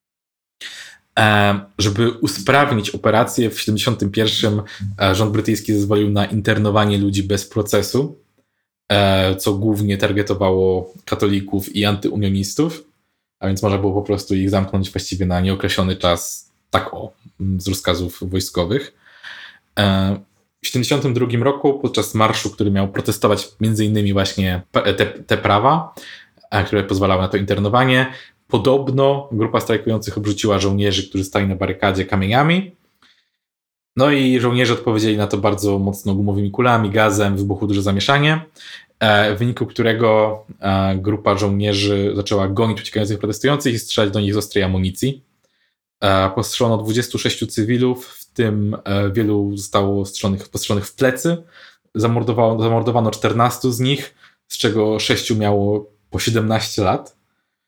Żeby usprawnić operację, w siedemdziesiątym pierwszym rząd brytyjski zezwolił na internowanie ludzi bez procesu, co głównie targetowało katolików i antyunionistów, a więc można było po prostu ich zamknąć właściwie na nieokreślony czas, tak o, z rozkazów wojskowych. W siedemdziesiątym drugim roku podczas marszu, który miał protestować między innymi właśnie te, te prawa, które pozwalały na to internowanie, podobno grupa strajkujących obrzuciła żołnierzy, którzy stali na barykadzie, kamieniami. No i żołnierze odpowiedzieli na to bardzo mocno gumowymi kulami, gazem, wybuchło duże zamieszanie, w wyniku którego grupa żołnierzy zaczęła gonić uciekających protestujących i strzelać do nich z ostrej amunicji. Postrzelono dwudziestu sześciu cywilów, w tym wielu zostało strzelonych, postrzelonych w plecy. Zamordowano, zamordowano czternastu z nich, z czego sześciu miało po siedemnaście lat.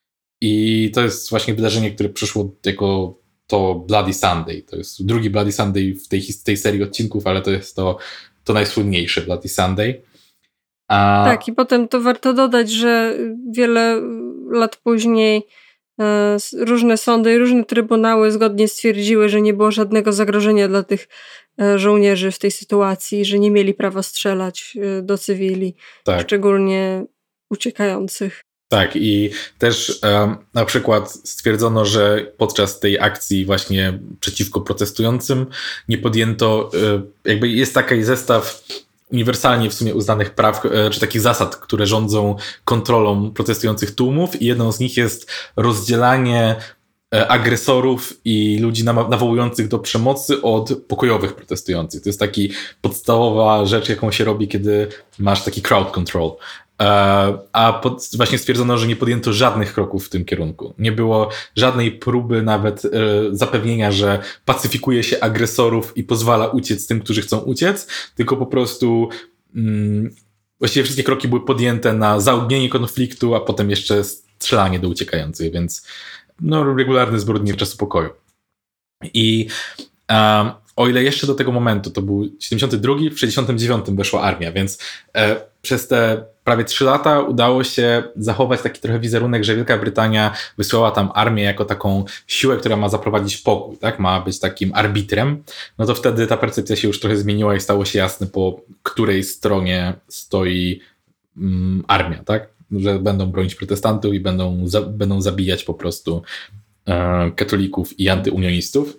I to jest właśnie wydarzenie, które przyszło jako to Bloody Sunday. To jest drugi Bloody Sunday w tej, tej serii odcinków, ale to jest to, to najsłynniejsze Bloody Sunday. A... Tak, i potem to warto dodać, że wiele lat później e, różne sądy i różne trybunały zgodnie stwierdziły, że nie było żadnego zagrożenia dla tych e, żołnierzy w tej sytuacji, że nie mieli prawa strzelać e, do cywili, tak. Szczególnie uciekających. Tak, i też um, na przykład stwierdzono, że podczas tej akcji właśnie przeciwko protestującym nie podjęto, y, jakby jest taki zestaw uniwersalnie w sumie uznanych praw, y, czy takich zasad, które rządzą kontrolą protestujących tłumów i jedną z nich jest rozdzielanie y, agresorów i ludzi nam- nawołujących do przemocy od pokojowych protestujących. To jest taki podstawowa rzecz, jaką się robi, kiedy masz taki crowd control. A pod, właśnie stwierdzono, że nie podjęto żadnych kroków w tym kierunku. Nie było żadnej próby nawet e, zapewnienia, że pacyfikuje się agresorów i pozwala uciec tym, którzy chcą uciec, tylko po prostu mm, właściwie wszystkie kroki były podjęte na zaognienie konfliktu, a potem jeszcze strzelanie do uciekających, więc no, regularny zbrodni czasu pokoju. I um, o ile jeszcze do tego momentu, to był siedemdziesiąty drugi, w sześćdziesiątym dziewiątym weszła armia, więc e, przez te prawie trzy lata udało się zachować taki trochę wizerunek, że Wielka Brytania wysłała tam armię jako taką siłę, która ma zaprowadzić pokój, tak? Ma być takim arbitrem. No to wtedy ta percepcja się już trochę zmieniła i stało się jasne, po której stronie stoi mm, armia, tak? Że będą bronić protestantów i będą, za, będą zabijać po prostu e, katolików i antyunionistów.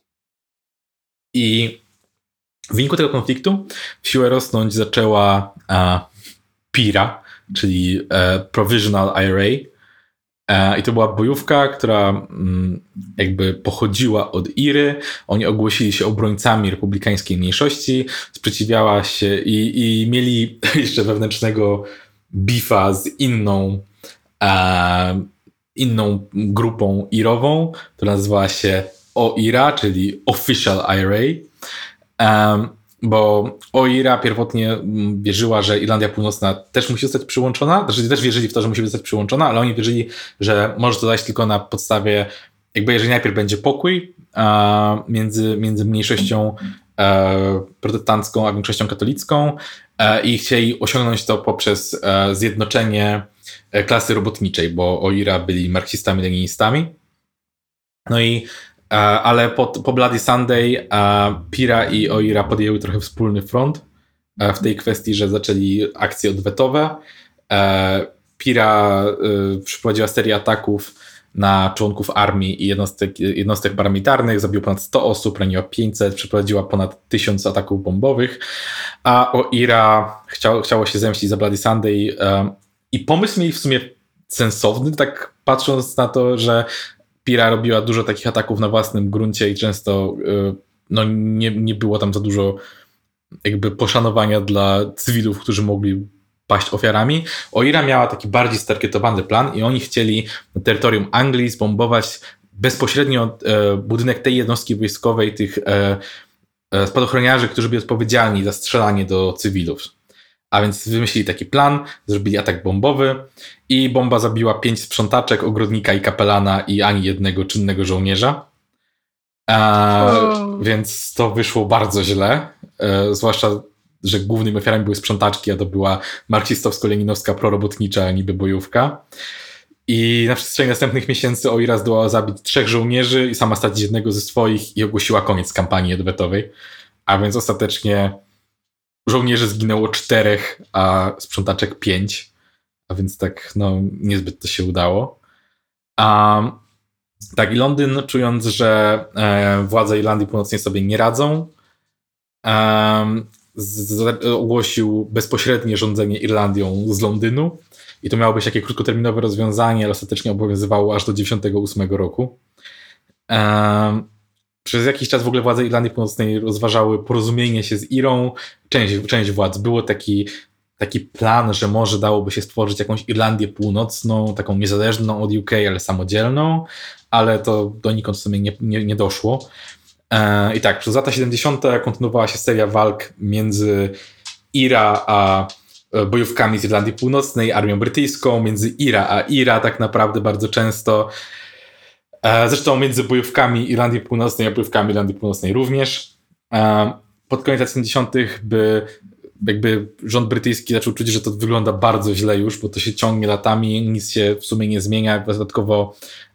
I w wyniku tego konfliktu w siłę rosnąć zaczęła e, P I R A, czyli e, Provisional I R A. E, I to była bojówka, która m, jakby pochodziła od Iry. Oni ogłosili się obrońcami republikańskiej mniejszości, sprzeciwiała się i, i mieli jeszcze wewnętrznego bifa z inną e, inną grupą irową, która nazywała się O I R A, czyli Official I R A, um, bo O I R A pierwotnie wierzyła, że Irlandia Północna też musi zostać przyłączona, znaczy też wierzyli w to, że musi zostać przyłączona, ale oni wierzyli, że może to dać tylko na podstawie, jakby jeżeli najpierw będzie pokój uh, między, między mniejszością uh, protestancką a większością katolicką uh, i chcieli osiągnąć to poprzez uh, zjednoczenie klasy robotniczej, bo O I R A byli marksistami, leninistami. No i ale po, po Bloody Sunday P I R A i O I R A podjęły trochę wspólny front w tej kwestii, że zaczęli akcje odwetowe. P I R A przeprowadziła serię ataków na członków armii i jednostek, jednostek paramilitarnych, zabiła ponad sto osób, raniła pięćset, przeprowadziła ponad tysiąc ataków bombowych, a O I R A chciało, chciało się zemścić za Bloody Sunday i pomysł mieli w sumie sensowny, tak patrząc na to, że P I R A robiła dużo takich ataków na własnym gruncie i często no, nie, nie było tam za dużo jakby poszanowania dla cywilów, którzy mogli paść ofiarami. O I R A miała taki bardziej stargetowany plan i oni chcieli na terytorium Anglii zbombować bezpośrednio budynek tej jednostki wojskowej, tych spadochroniarzy, którzy byli odpowiedzialni za strzelanie do cywilów. A więc wymyślili taki plan, zrobili atak bombowy i bomba zabiła pięć sprzątaczek, ogrodnika i kapelana i ani jednego czynnego żołnierza. E, więc to wyszło bardzo źle, e, zwłaszcza, że głównymi ofiarami były sprzątaczki, a to była marksistowsko-leninowska prorobotnicza niby bojówka. I na przestrzeni następnych miesięcy O I R A zdołała zabić trzech żołnierzy i sama stracić jednego ze swoich i ogłosiła koniec kampanii odwetowej. A więc ostatecznie żołnierzy zginęło czterech, a sprzątaczek pięć. A więc tak, no, niezbyt to się udało. A, tak, i Londyn, czując, że e, władze Irlandii Północnej sobie nie radzą, e, z, ogłosił bezpośrednie rządzenie Irlandią z Londynu. I to miało być takie krótkoterminowe rozwiązanie, ale ostatecznie obowiązywało aż do dziewięćdziesiątego ósmego roku. E, Przez jakiś czas w ogóle władze Irlandii Północnej rozważały porozumienie się z Irą. Część, część władz było taki, taki plan, że może dałoby się stworzyć jakąś Irlandię Północną, taką niezależną od U K, ale samodzielną, ale to donikąd w sumie nie, nie, nie doszło. E, I tak, przez lata siedemdziesiąte kontynuowała się seria walk między I R A a bojówkami z Irlandii Północnej, armią brytyjską, między I R A a I R A tak naprawdę bardzo często. Zresztą między bojówkami Irlandii Północnej a bojówkami Irlandii Północnej również. Pod koniec lat siedemdziesiątych by jakby rząd brytyjski zaczął czuć, że to wygląda bardzo źle już, bo to się ciągnie latami, nic się w sumie nie zmienia. Dodatkowo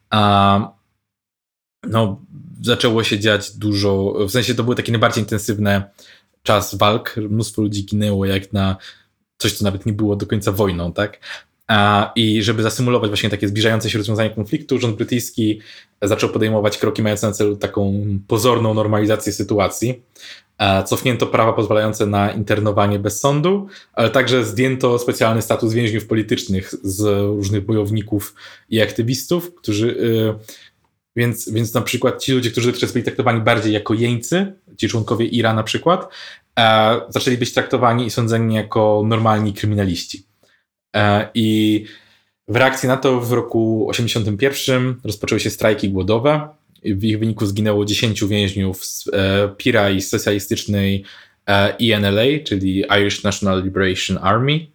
no, zaczęło się dziać dużo, w sensie to były takie najbardziej intensywne czas walk. Mnóstwo ludzi ginęło jak na coś, co nawet nie było do końca wojną, tak? I żeby zasymulować właśnie takie zbliżające się rozwiązanie konfliktu, rząd brytyjski zaczął podejmować kroki mające na celu taką pozorną normalizację sytuacji. Cofnięto prawa pozwalające na internowanie bez sądu, ale także zdjęto specjalny status więźniów politycznych z różnych bojowników i aktywistów, którzy, więc, więc na przykład ci ludzie, którzy dotychczas byli traktowani bardziej jako jeńcy, ci członkowie I R A na przykład, zaczęli być traktowani i sądzeni jako normalni kryminaliści. I w reakcji na to w roku osiemdziesiątym pierwszym rozpoczęły się strajki głodowe. W ich wyniku zginęło dziesięciu więźniów z P I R A i z socjalistycznej I N L A, czyli Irish National Liberation Army.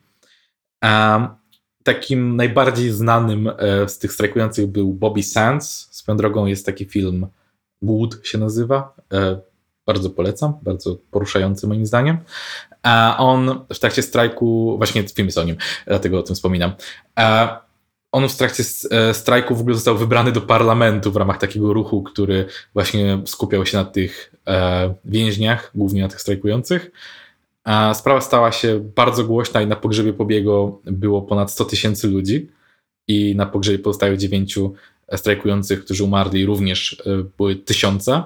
Takim najbardziej znanym z tych strajkujących był Bobby Sands. Swoją drogą jest taki film, Głód się nazywa. Bardzo polecam, bardzo poruszający moim zdaniem. A on w trakcie strajku, właśnie film jest o nim, dlatego o tym wspominam. A on w trakcie strajku w ogóle został wybrany do parlamentu w ramach takiego ruchu, który właśnie skupiał się na tych więźniach, głównie na tych strajkujących. A sprawa stała się bardzo głośna i na pogrzebie Bobbiego było ponad sto tysięcy ludzi i na pogrzebie pozostałych dziewięciu strajkujących, którzy umarli, również były tysiące.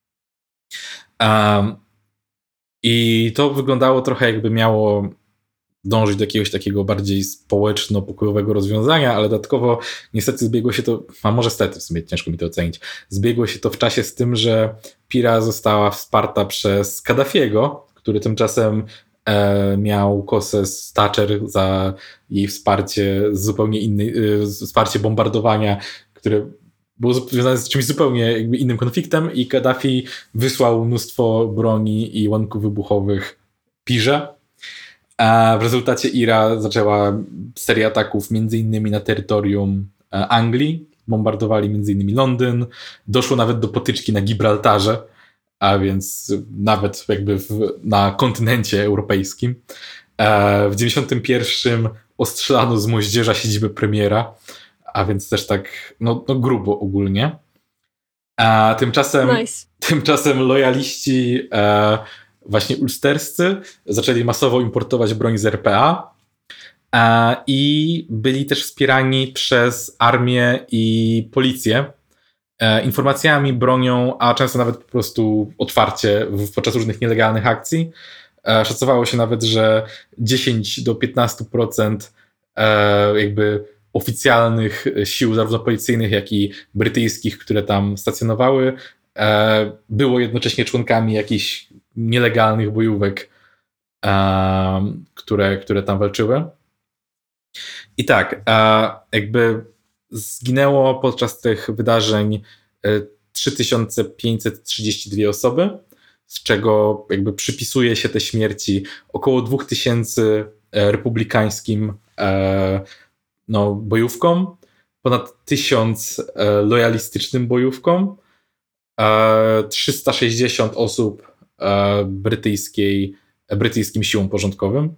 Um, I to wyglądało trochę jakby miało dążyć do jakiegoś takiego bardziej społeczno-pokojowego rozwiązania, ale dodatkowo niestety zbiegło się to, a może stety, w sumie ciężko mi to ocenić, zbiegło się to w czasie z tym, że P I R A została wsparta przez Kaddafiego, który tymczasem e, miał kosę z Thatcher za jej wsparcie zupełnie innej, e, wsparcie bombardowania, które było związane z czymś zupełnie jakby innym konfliktem i Kaddafi wysłał mnóstwo broni i ładunków wybuchowych Pirze. A w rezultacie I R A zaczęła serię ataków między innymi na terytorium Anglii. Bombardowali między innymi Londyn. Doszło nawet do potyczki na Gibraltarze, a więc nawet jakby w, na kontynencie europejskim. W dziewięćdziesiątym pierwszym ostrzelano z moździerza siedzibę premiera, a więc też tak no, no grubo ogólnie. A tymczasem, nice. tymczasem lojaliści e, właśnie ulsterscy zaczęli masowo importować broń z R P A e, i byli też wspierani przez armię i policję e, informacjami, bronią, a często nawet po prostu otwarcie w, podczas różnych nielegalnych akcji. E, szacowało się nawet, że dziesięć do piętnastu procent e, jakby oficjalnych sił, zarówno policyjnych, jak i brytyjskich, które tam stacjonowały, e, było jednocześnie członkami jakichś nielegalnych bojówek, e, które, które tam walczyły. I tak, e, jakby zginęło podczas tych wydarzeń trzy tysiące pięćset trzydzieści dwie osoby, z czego jakby przypisuje się te śmierci około dwa tysiące republikańskim no, bojówkom, ponad tysiąc lojalistycznym bojówkom, trzysta sześćdziesiąt osób brytyjskiej, brytyjskim siłom porządkowym.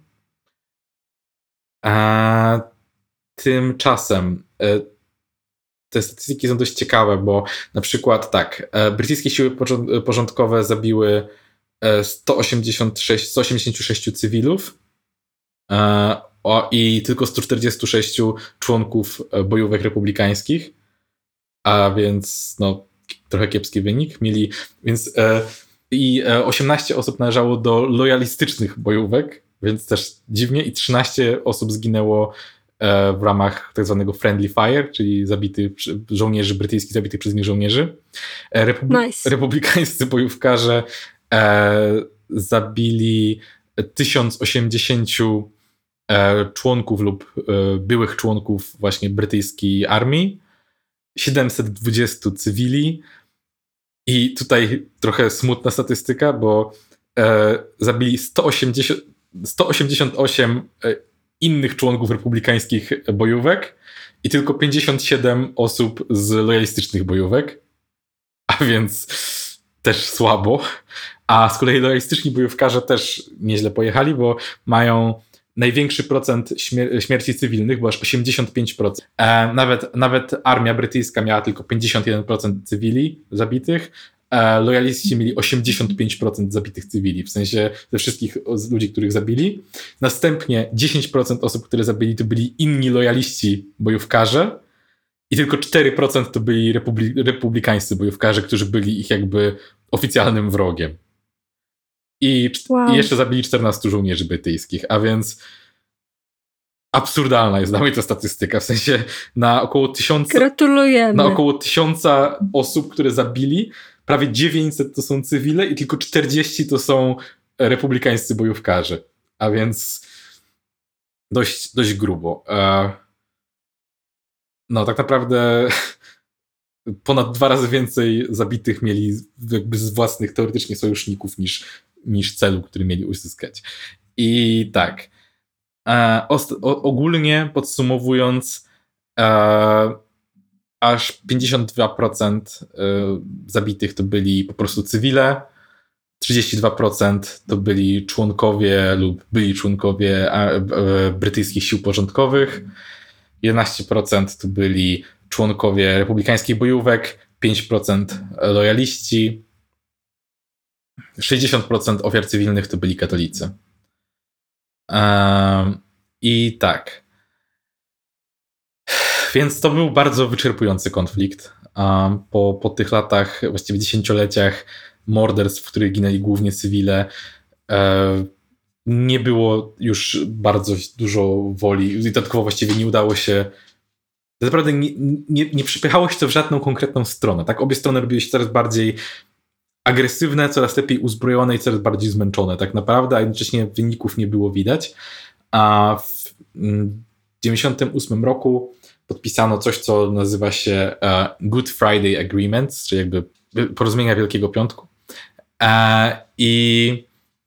Tymczasem te statystyki są dość ciekawe, bo na przykład tak, brytyjskie siły porządkowe zabiły sto osiemdziesiąt sześć, sto osiemdziesiąt sześć cywilów i tylko sto czterdzieści sześć członków bojówek republikańskich, a więc no, trochę kiepski wynik mieli, więc i osiemnaście osób należało do lojalistycznych bojówek, więc też dziwnie, i trzynaście osób zginęło w ramach tak zwanego friendly fire, czyli zabitych żołnierzy brytyjskich, zabitych przez nich żołnierzy. Republi- nice. Republikańscy bojówkarze e, zabili tysiąc osiemdziesiąt e, członków lub e, byłych członków właśnie brytyjskiej armii, siedemset dwadzieścia cywili i tutaj trochę smutna statystyka, bo e, zabili sto osiemdziesiąt, sto osiemdziesiąt osiem e, innych członków republikańskich bojówek i tylko pięćdziesiąt siedem osób z lojalistycznych bojówek, a więc też słabo. A z kolei lojalistyczni bojówkarze też nieźle pojechali, bo mają największy procent śmier- śmierci cywilnych, bo aż osiemdziesiąt pięć procent. E, nawet, nawet armia brytyjska miała tylko pięćdziesiąt jeden procent cywili zabitych, e, lojaliści mieli osiemdziesiąt pięć procent zabitych cywili, w sensie ze wszystkich ludzi, których zabili. Następnie dziesięć procent osób, które zabili, to byli inni lojaliści bojówkarze i tylko cztery procent to byli republi- republikańscy bojówkarze, którzy byli ich jakby oficjalnym wrogiem. I, wow. I jeszcze zabili czternastu żołnierzy brytyjskich, a więc absurdalna jest dla mnie ta statystyka, w sensie na około tysiąca, Gratulujemy. Na około tysiąca osób, które zabili, prawie dziewięćset to są cywile i tylko czterdzieści to są republikańscy bojówkarze, a więc dość, dość grubo. No tak naprawdę ponad dwa razy więcej zabitych mieli jakby z własnych teoretycznie sojuszników niż niż celu, który mieli uzyskać. I tak, e, ost- o, ogólnie podsumowując, e, aż pięćdziesiąt dwa procent e, zabitych to byli po prostu cywile, trzydzieści dwa procent to byli członkowie lub byli członkowie a, e, brytyjskich sił porządkowych, jedenaście procent to byli członkowie republikańskich bojówek, pięć procent lojaliści, sześćdziesiąt procent ofiar cywilnych to byli katolicy. Um, I tak. Więc to był bardzo wyczerpujący konflikt. Um, po, po tych latach, właściwie dziesięcioleciach morderstw, w których ginęli głównie cywile, um, nie było już bardzo dużo woli. I dodatkowo właściwie nie udało się. Tak naprawdę nie, nie, nie przypychało się to w żadną konkretną stronę. Tak? Obie strony robiły się coraz bardziej agresywne, coraz lepiej uzbrojone i coraz bardziej zmęczone tak naprawdę, a jednocześnie wyników nie było widać. A w dziewięćdziesiątym ósmym roku podpisano coś, co nazywa się Good Friday Agreement, czyli jakby porozumienia Wielkiego Piątku. I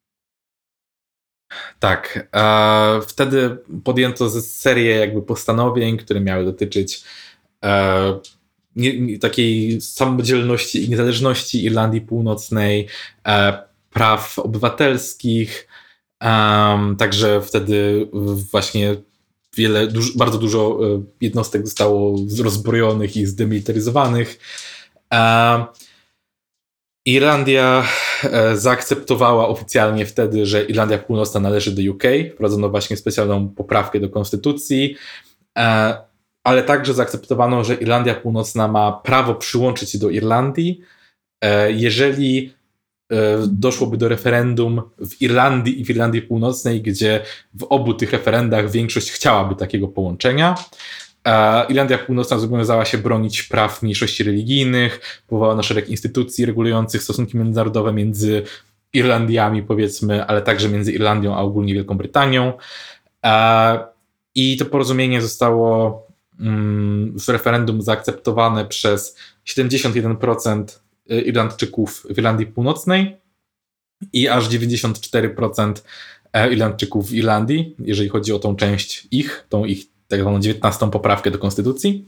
tak, wtedy podjęto serię jakby postanowień, które miały dotyczyć Nie, nie, takiej samodzielności i niezależności Irlandii Północnej, e, praw obywatelskich, um, także wtedy właśnie wiele, duż, bardzo dużo jednostek zostało rozbrojonych i zdemilitaryzowanych. E, Irlandia e, zaakceptowała oficjalnie wtedy, że Irlandia Północna należy do U K, wprowadzono właśnie specjalną poprawkę do konstytucji, e, ale także zaakceptowano, że Irlandia Północna ma prawo przyłączyć się do Irlandii, jeżeli doszłoby do referendum w Irlandii i w Irlandii Północnej, gdzie w obu tych referendach większość chciałaby takiego połączenia. Irlandia Północna zobowiązała się bronić praw mniejszości religijnych, powołała na szereg instytucji regulujących stosunki międzynarodowe między Irlandiami, powiedzmy, ale także między Irlandią a ogólnie Wielką Brytanią. I to porozumienie zostało w referendum zaakceptowane przez siedemdziesiąt jeden procent Irlandczyków w Irlandii Północnej i aż dziewięćdziesiąt cztery procent Irlandczyków w Irlandii, jeżeli chodzi o tą część ich, tą ich tak zwaną dziewiętnastą poprawkę do konstytucji.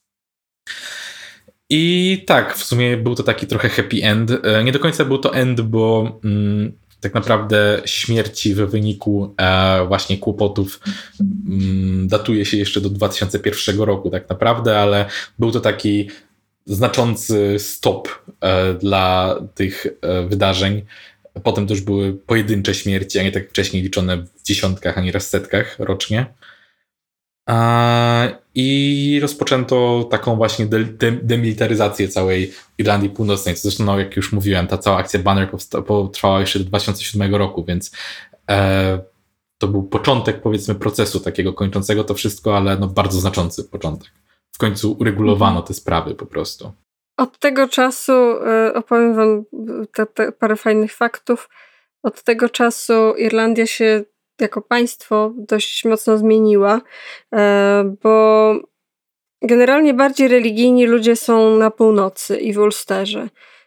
I tak, w sumie był to taki trochę happy end. Nie do końca był to end, bo mm, tak naprawdę śmierci w wyniku e, właśnie kłopotów mm, datuje się jeszcze do dwa tysiące pierwszego roku tak naprawdę, ale był to taki znaczący stop e, dla tych e, wydarzeń. Potem to już były pojedyncze śmierci, a nie tak wcześniej liczone w dziesiątkach, a nie raz setkach rocznie. I rozpoczęto taką właśnie de- de- demilitaryzację całej Irlandii Północnej. Zresztą, no, jak już mówiłem, ta cała akcja Banner powsta- potrwała jeszcze do dwa tysiące siódmego roku, więc e, to był początek, powiedzmy, procesu takiego kończącego to wszystko, ale no, bardzo znaczący początek. W końcu uregulowano mhm. te sprawy po prostu. Od tego czasu, y, opowiem wam te, te parę fajnych faktów, od tego czasu Irlandia się jako państwo dość mocno zmieniła, bo generalnie bardziej religijni ludzie są na północy i w Ulsterze.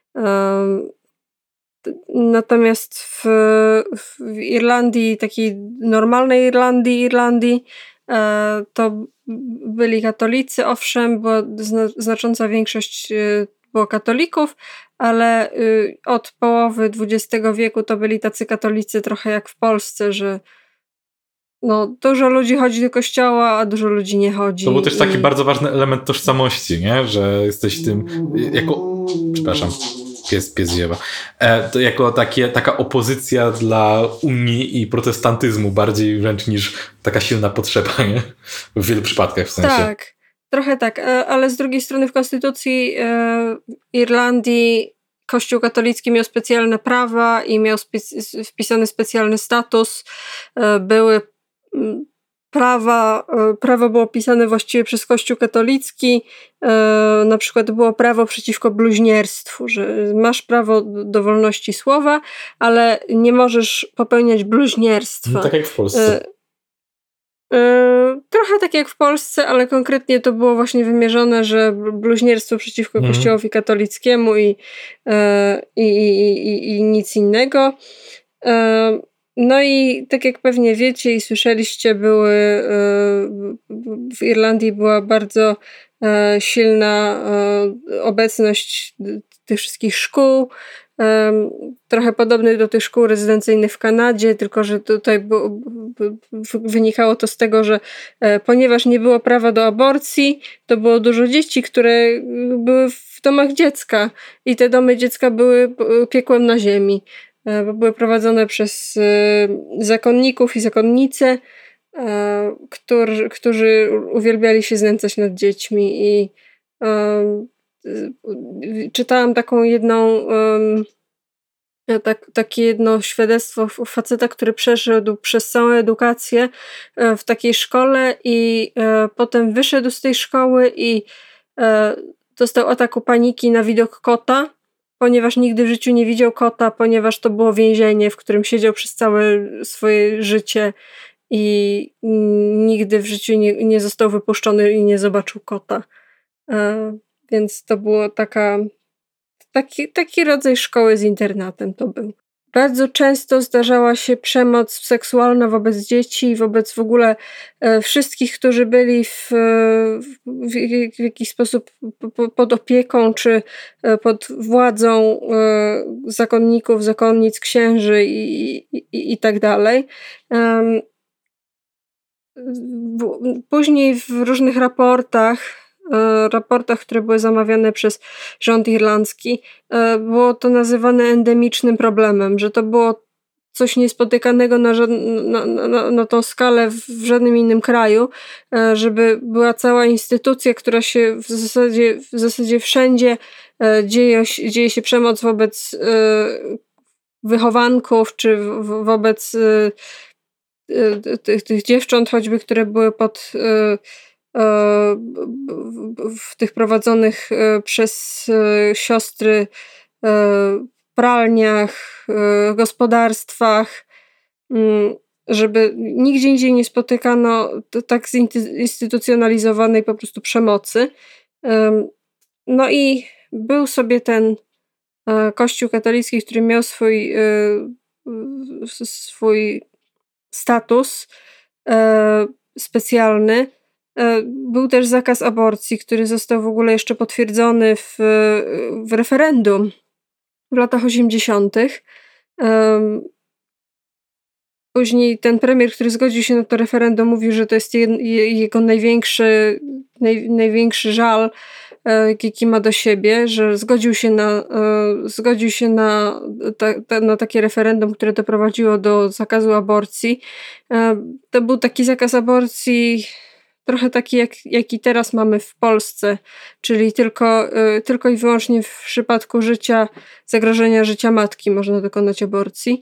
Natomiast w, w Irlandii, takiej normalnej Irlandii, Irlandii, to byli katolicy, owszem, była znacząca większość było katolików, ale od połowy dwudziestego wieku to byli tacy katolicy trochę jak w Polsce, że no, dużo ludzi chodzi do kościoła, a dużo ludzi nie chodzi. To był też taki i... bardzo ważny element tożsamości, nie? Że jesteś tym jako... Przepraszam, pies, pies ziewa. E, to jako takie, taka opozycja dla Unii i protestantyzmu bardziej wręcz niż taka silna potrzeba, nie? W wielu przypadkach w sensie. Tak, trochę tak, ale z drugiej strony w konstytucji e, Irlandii Kościół katolicki miał specjalne prawa i miał spe- wpisany specjalny status. E, były prawa, prawo było pisane właściwie przez Kościół katolicki, na przykład było prawo przeciwko bluźnierstwu, że masz prawo do wolności słowa, ale nie możesz popełniać bluźnierstwa. No, tak jak w Polsce. Trochę tak jak w Polsce, ale konkretnie to było właśnie wymierzone, że bluźnierstwo przeciwko mm. Kościołowi katolickiemu i, i, i, i, i nic innego. No i tak jak pewnie wiecie i słyszeliście, były w Irlandii była bardzo silna obecność tych wszystkich szkół, trochę podobnych do tych szkół rezydencyjnych w Kanadzie, tylko że tutaj było, wynikało to z tego, że ponieważ nie było prawa do aborcji, to było dużo dzieci, które były w domach dziecka i te domy dziecka były piekłem na ziemi, bo były prowadzone przez zakonników i zakonnice, którzy, którzy uwielbiali się znęcać nad dziećmi i um, czytałam taką jedną um, tak, takie jedno świadectwo faceta, który przeszedł przez całą edukację w takiej szkole i e, potem wyszedł z tej szkoły i e, dostał ataku paniki na widok kota, ponieważ nigdy w życiu nie widział kota, ponieważ to było więzienie, w którym siedział przez całe swoje życie i nigdy w życiu nie, nie został wypuszczony i nie zobaczył kota. E, więc to było taka, taki, taki rodzaj szkoły z internatem to był. Bardzo często zdarzała się przemoc seksualna wobec dzieci, wobec w ogóle e, wszystkich, którzy byli w, w, w jakiś sposób p- pod opieką czy e, pod władzą e, zakonników, zakonnic, księży i, i, i tak dalej. Um, później w różnych raportach raportach, które były zamawiane przez rząd irlandzki, było to nazywane endemicznym problemem, że to było coś niespotykanego na, na, na, na tą skalę w żadnym innym kraju, żeby była cała instytucja, która się w zasadzie, w zasadzie wszędzie dzieje, dzieje się przemoc wobec wychowanków, czy wobec tych, tych dziewcząt choćby, które były pod w tych prowadzonych przez siostry pralniach, gospodarstwach. żeby nigdzie indziej nie spotykano tak zinstytucjonalizowanej po prostu przemocy. No i był sobie ten Kościół katolicki, który miał swój, swój status specjalny. Był też zakaz aborcji, który został w ogóle jeszcze potwierdzony w, w referendum w latach osiemdziesiątych. Później ten premier, który zgodził się na to referendum, mówił, że to jest jego największy, naj, największy żal, jaki ma do siebie, że zgodził się na, zgodził się na, ta, ta, na takie referendum, które doprowadziło do zakazu aborcji. To był taki zakaz aborcji trochę taki, jak, jaki teraz mamy w Polsce, czyli tylko, tylko i wyłącznie w przypadku życia, zagrożenia życia matki można dokonać aborcji.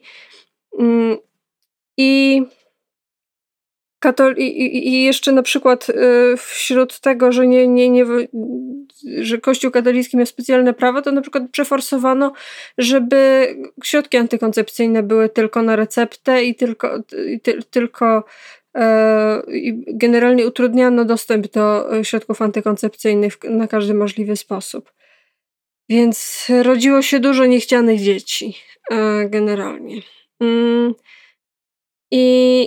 I, katol- i, i jeszcze na przykład wśród tego, że, nie, nie, nie, że Kościół katolicki miał specjalne prawa, to na przykład przeforsowano, żeby środki antykoncepcyjne były tylko na receptę i tylko, i ty, tylko i generalnie utrudniano dostęp do środków antykoncepcyjnych na każdy możliwy sposób. Więc rodziło się dużo niechcianych dzieci generalnie. I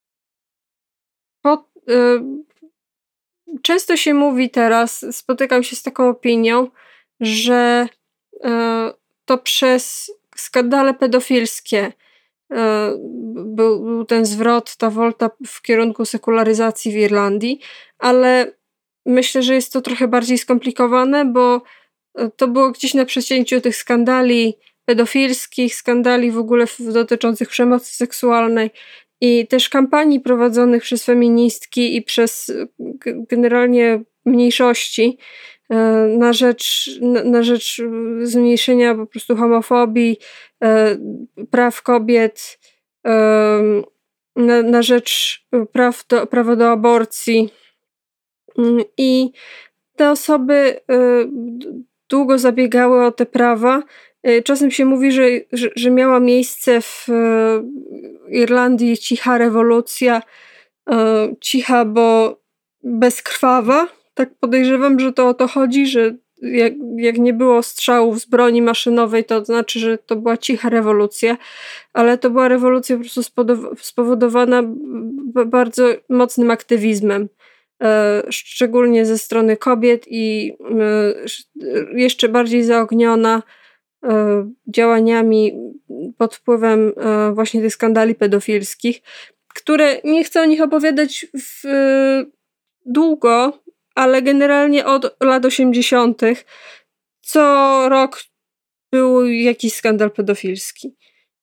po, y, często się mówi teraz, spotykam się z taką opinią, że y, to przez skandale pedofilskie y, był, był ten zwrot, ta wolta w kierunku sekularyzacji w Irlandii, ale myślę, że jest to trochę bardziej skomplikowane, bo to było gdzieś na przecięciu tych skandali pedofilskich, skandali w ogóle dotyczących przemocy seksualnej i też kampanii prowadzonych przez feministki i przez generalnie mniejszości na rzecz, na rzecz zmniejszenia po prostu homofobii, praw kobiet, na, na rzecz praw do, prawa do aborcji. I te osoby długo zabiegały o te prawa. Czasem się mówi, że, że, że miała miejsce w Irlandii cicha rewolucja, cicha, bo bezkrwawa. Tak podejrzewam, że to o to chodzi, że jak, jak nie było strzałów z broni maszynowej, to znaczy, że to była cicha rewolucja, ale to była rewolucja po prostu spowodowana bardzo mocnym aktywizmem. Szczególnie ze strony kobiet i jeszcze bardziej zaogniona działaniami pod wpływem właśnie tych skandali pedofilskich, które nie chcę o nich opowiadać w, długo, ale generalnie od lat osiemdziesiątych co rok był jakiś skandal pedofilski.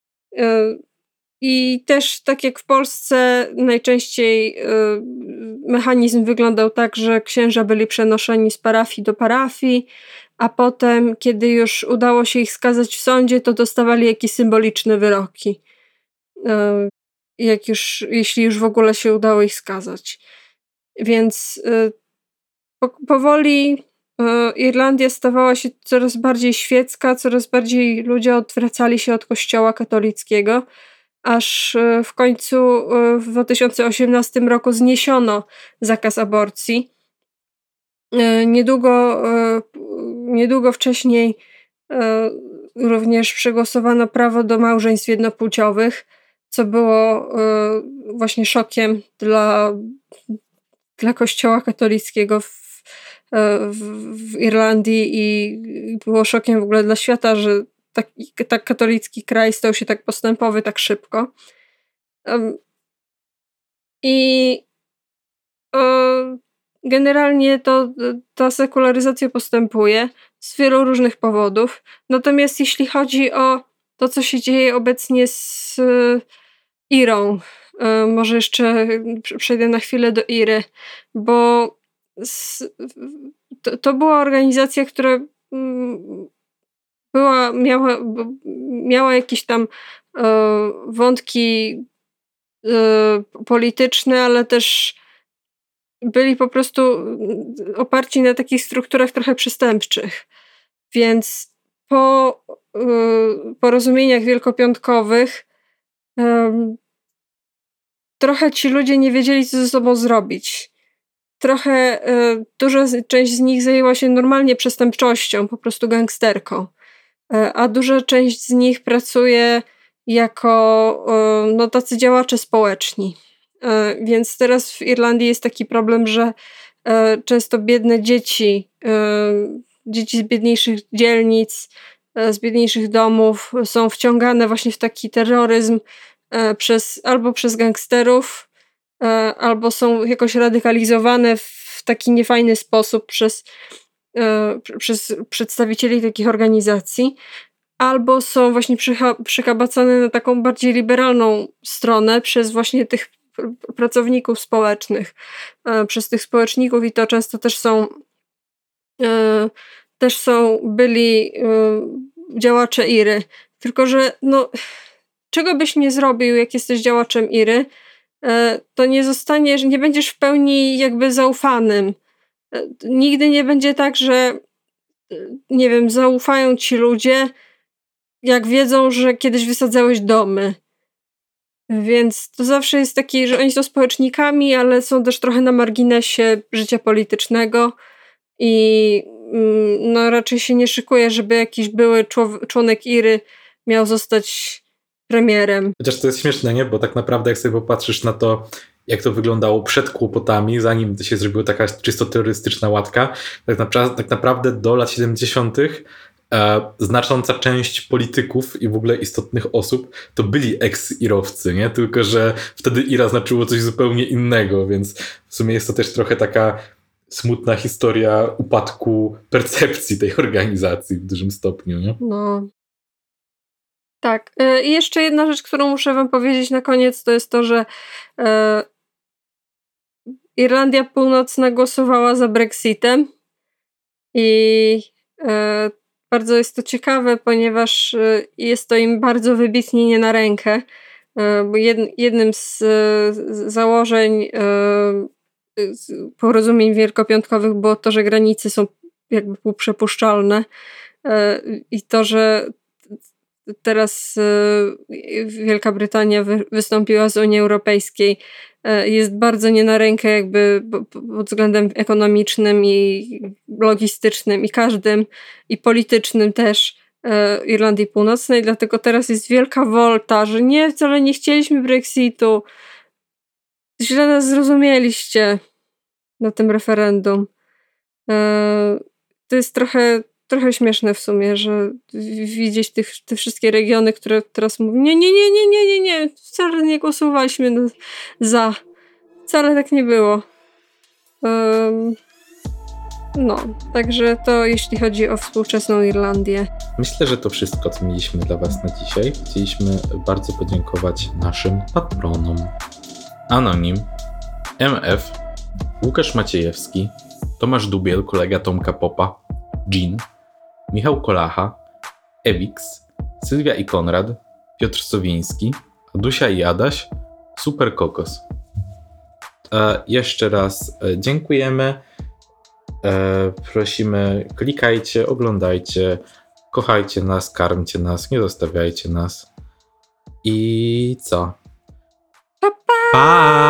I też tak jak w Polsce najczęściej y, mechanizm wyglądał tak, że księża byli przenoszeni z parafii do parafii, a potem, kiedy już udało się ich skazać w sądzie, to dostawali jakieś symboliczne wyroki. Y, jak już, jeśli już w ogóle się udało ich skazać. Więc y, po, powoli y, Irlandia stawała się coraz bardziej świecka, coraz bardziej ludzie odwracali się od kościoła katolickiego, aż w końcu w dwa tysiące osiemnastym roku zniesiono zakaz aborcji. Niedługo, niedługo wcześniej również przegłosowano prawo do małżeństw jednopłciowych, co było właśnie szokiem dla, dla Kościoła katolickiego w, w, w Irlandii i było szokiem w ogóle dla świata, że tak, tak katolicki kraj stał się tak postępowy tak szybko. Um, I um, generalnie to ta sekularyzacja postępuje z wielu różnych powodów. Natomiast jeśli chodzi o to, co się dzieje obecnie z y, Irą, y, może jeszcze przejdę na chwilę do Iry, bo z, to, to była organizacja, która y, była, miała, miała jakieś tam y, wątki y, polityczne, ale też byli po prostu oparci na takich strukturach trochę przestępczych. Więc po y, porozumieniach wielkopiątkowych y, trochę ci ludzie nie wiedzieli, co ze sobą zrobić. Trochę y, duża część z nich zajęła się normalnie przestępczością, po prostu gangsterką. Y, a duża część z nich pracuje jako y, no, tacy działacze społeczni. Y, więc teraz w Irlandii jest taki problem, że y, często biedne dzieci, y, dzieci z biedniejszych dzielnic, y, z biedniejszych domów są wciągane właśnie w taki terroryzm y, przez, albo przez gangsterów, albo są jakoś radykalizowane w taki niefajny sposób przez, przez przedstawicieli takich organizacji, albo są właśnie przekabacane na taką bardziej liberalną stronę przez właśnie tych pracowników społecznych, przez tych społeczników i to często też są też są byli działacze Iry. Tylko że no, czego byś nie zrobił, jak jesteś działaczem Iry, to nie zostaniesz, nie będziesz w pełni jakby zaufanym. Nigdy nie będzie tak, że nie wiem, zaufają ci ludzie, jak wiedzą, że kiedyś wysadzałeś domy. Więc to zawsze jest taki, że oni są społecznikami, ale są też trochę na marginesie życia politycznego i no raczej się nie szykuje, żeby jakiś były członek Iry miał zostać premierem. Chociaż to jest śmieszne, nie? Bo tak naprawdę jak sobie popatrzysz na to, jak to wyglądało przed kłopotami, zanim to się zrobiła taka czysto terrorystyczna łatka, tak, napra- tak naprawdę do lat siedemdziesiątych e, znacząca część polityków i w ogóle istotnych osób to byli ex-irowcy, nie? Tylko że wtedy Ira znaczyło coś zupełnie innego, więc w sumie jest to też trochę taka smutna historia upadku percepcji tej organizacji w dużym stopniu, nie? No. Tak. I jeszcze jedna rzecz, którą muszę wam powiedzieć na koniec, to jest to, że e, Irlandia Północna głosowała za Brexitem i e, bardzo jest to ciekawe, ponieważ e, jest to im bardzo wybitnie nie na rękę, e, bo jed, jednym z, z założeń e, z porozumień wielkopiątkowych było to, że granice są jakby półprzepuszczalne e, i to, że teraz Wielka Brytania wystąpiła z Unii Europejskiej, jest bardzo nie na rękę jakby pod względem ekonomicznym i logistycznym i każdym, i politycznym też Irlandii Północnej, dlatego teraz jest wielka wolta, że nie, wcale nie chcieliśmy Brexitu, źle nas zrozumieliście na tym referendum. To jest trochę Trochę śmieszne w sumie, że widzieć tych, te wszystkie regiony, które teraz mówią, nie, nie, nie, nie, nie, nie, nie, wcale nie głosowaliśmy za. Wcale tak nie było. Um, no, także to jeśli chodzi o współczesną Irlandię. Myślę, że to wszystko, co mieliśmy dla was na dzisiaj. Chcieliśmy bardzo podziękować naszym patronom. Anonim, M F, Łukasz Maciejewski, Tomasz Dubiel, kolega Tomka Popa, Jean, Michał Kolacha, Ewix, Sylwia i Konrad, Piotr Sowiński, Adusia i Adaś, Super Kokos. E, jeszcze raz e, dziękujemy. E, prosimy, klikajcie, oglądajcie, kochajcie nas, karmcie nas, nie zostawiajcie nas. I co? Pa, pa! Pa!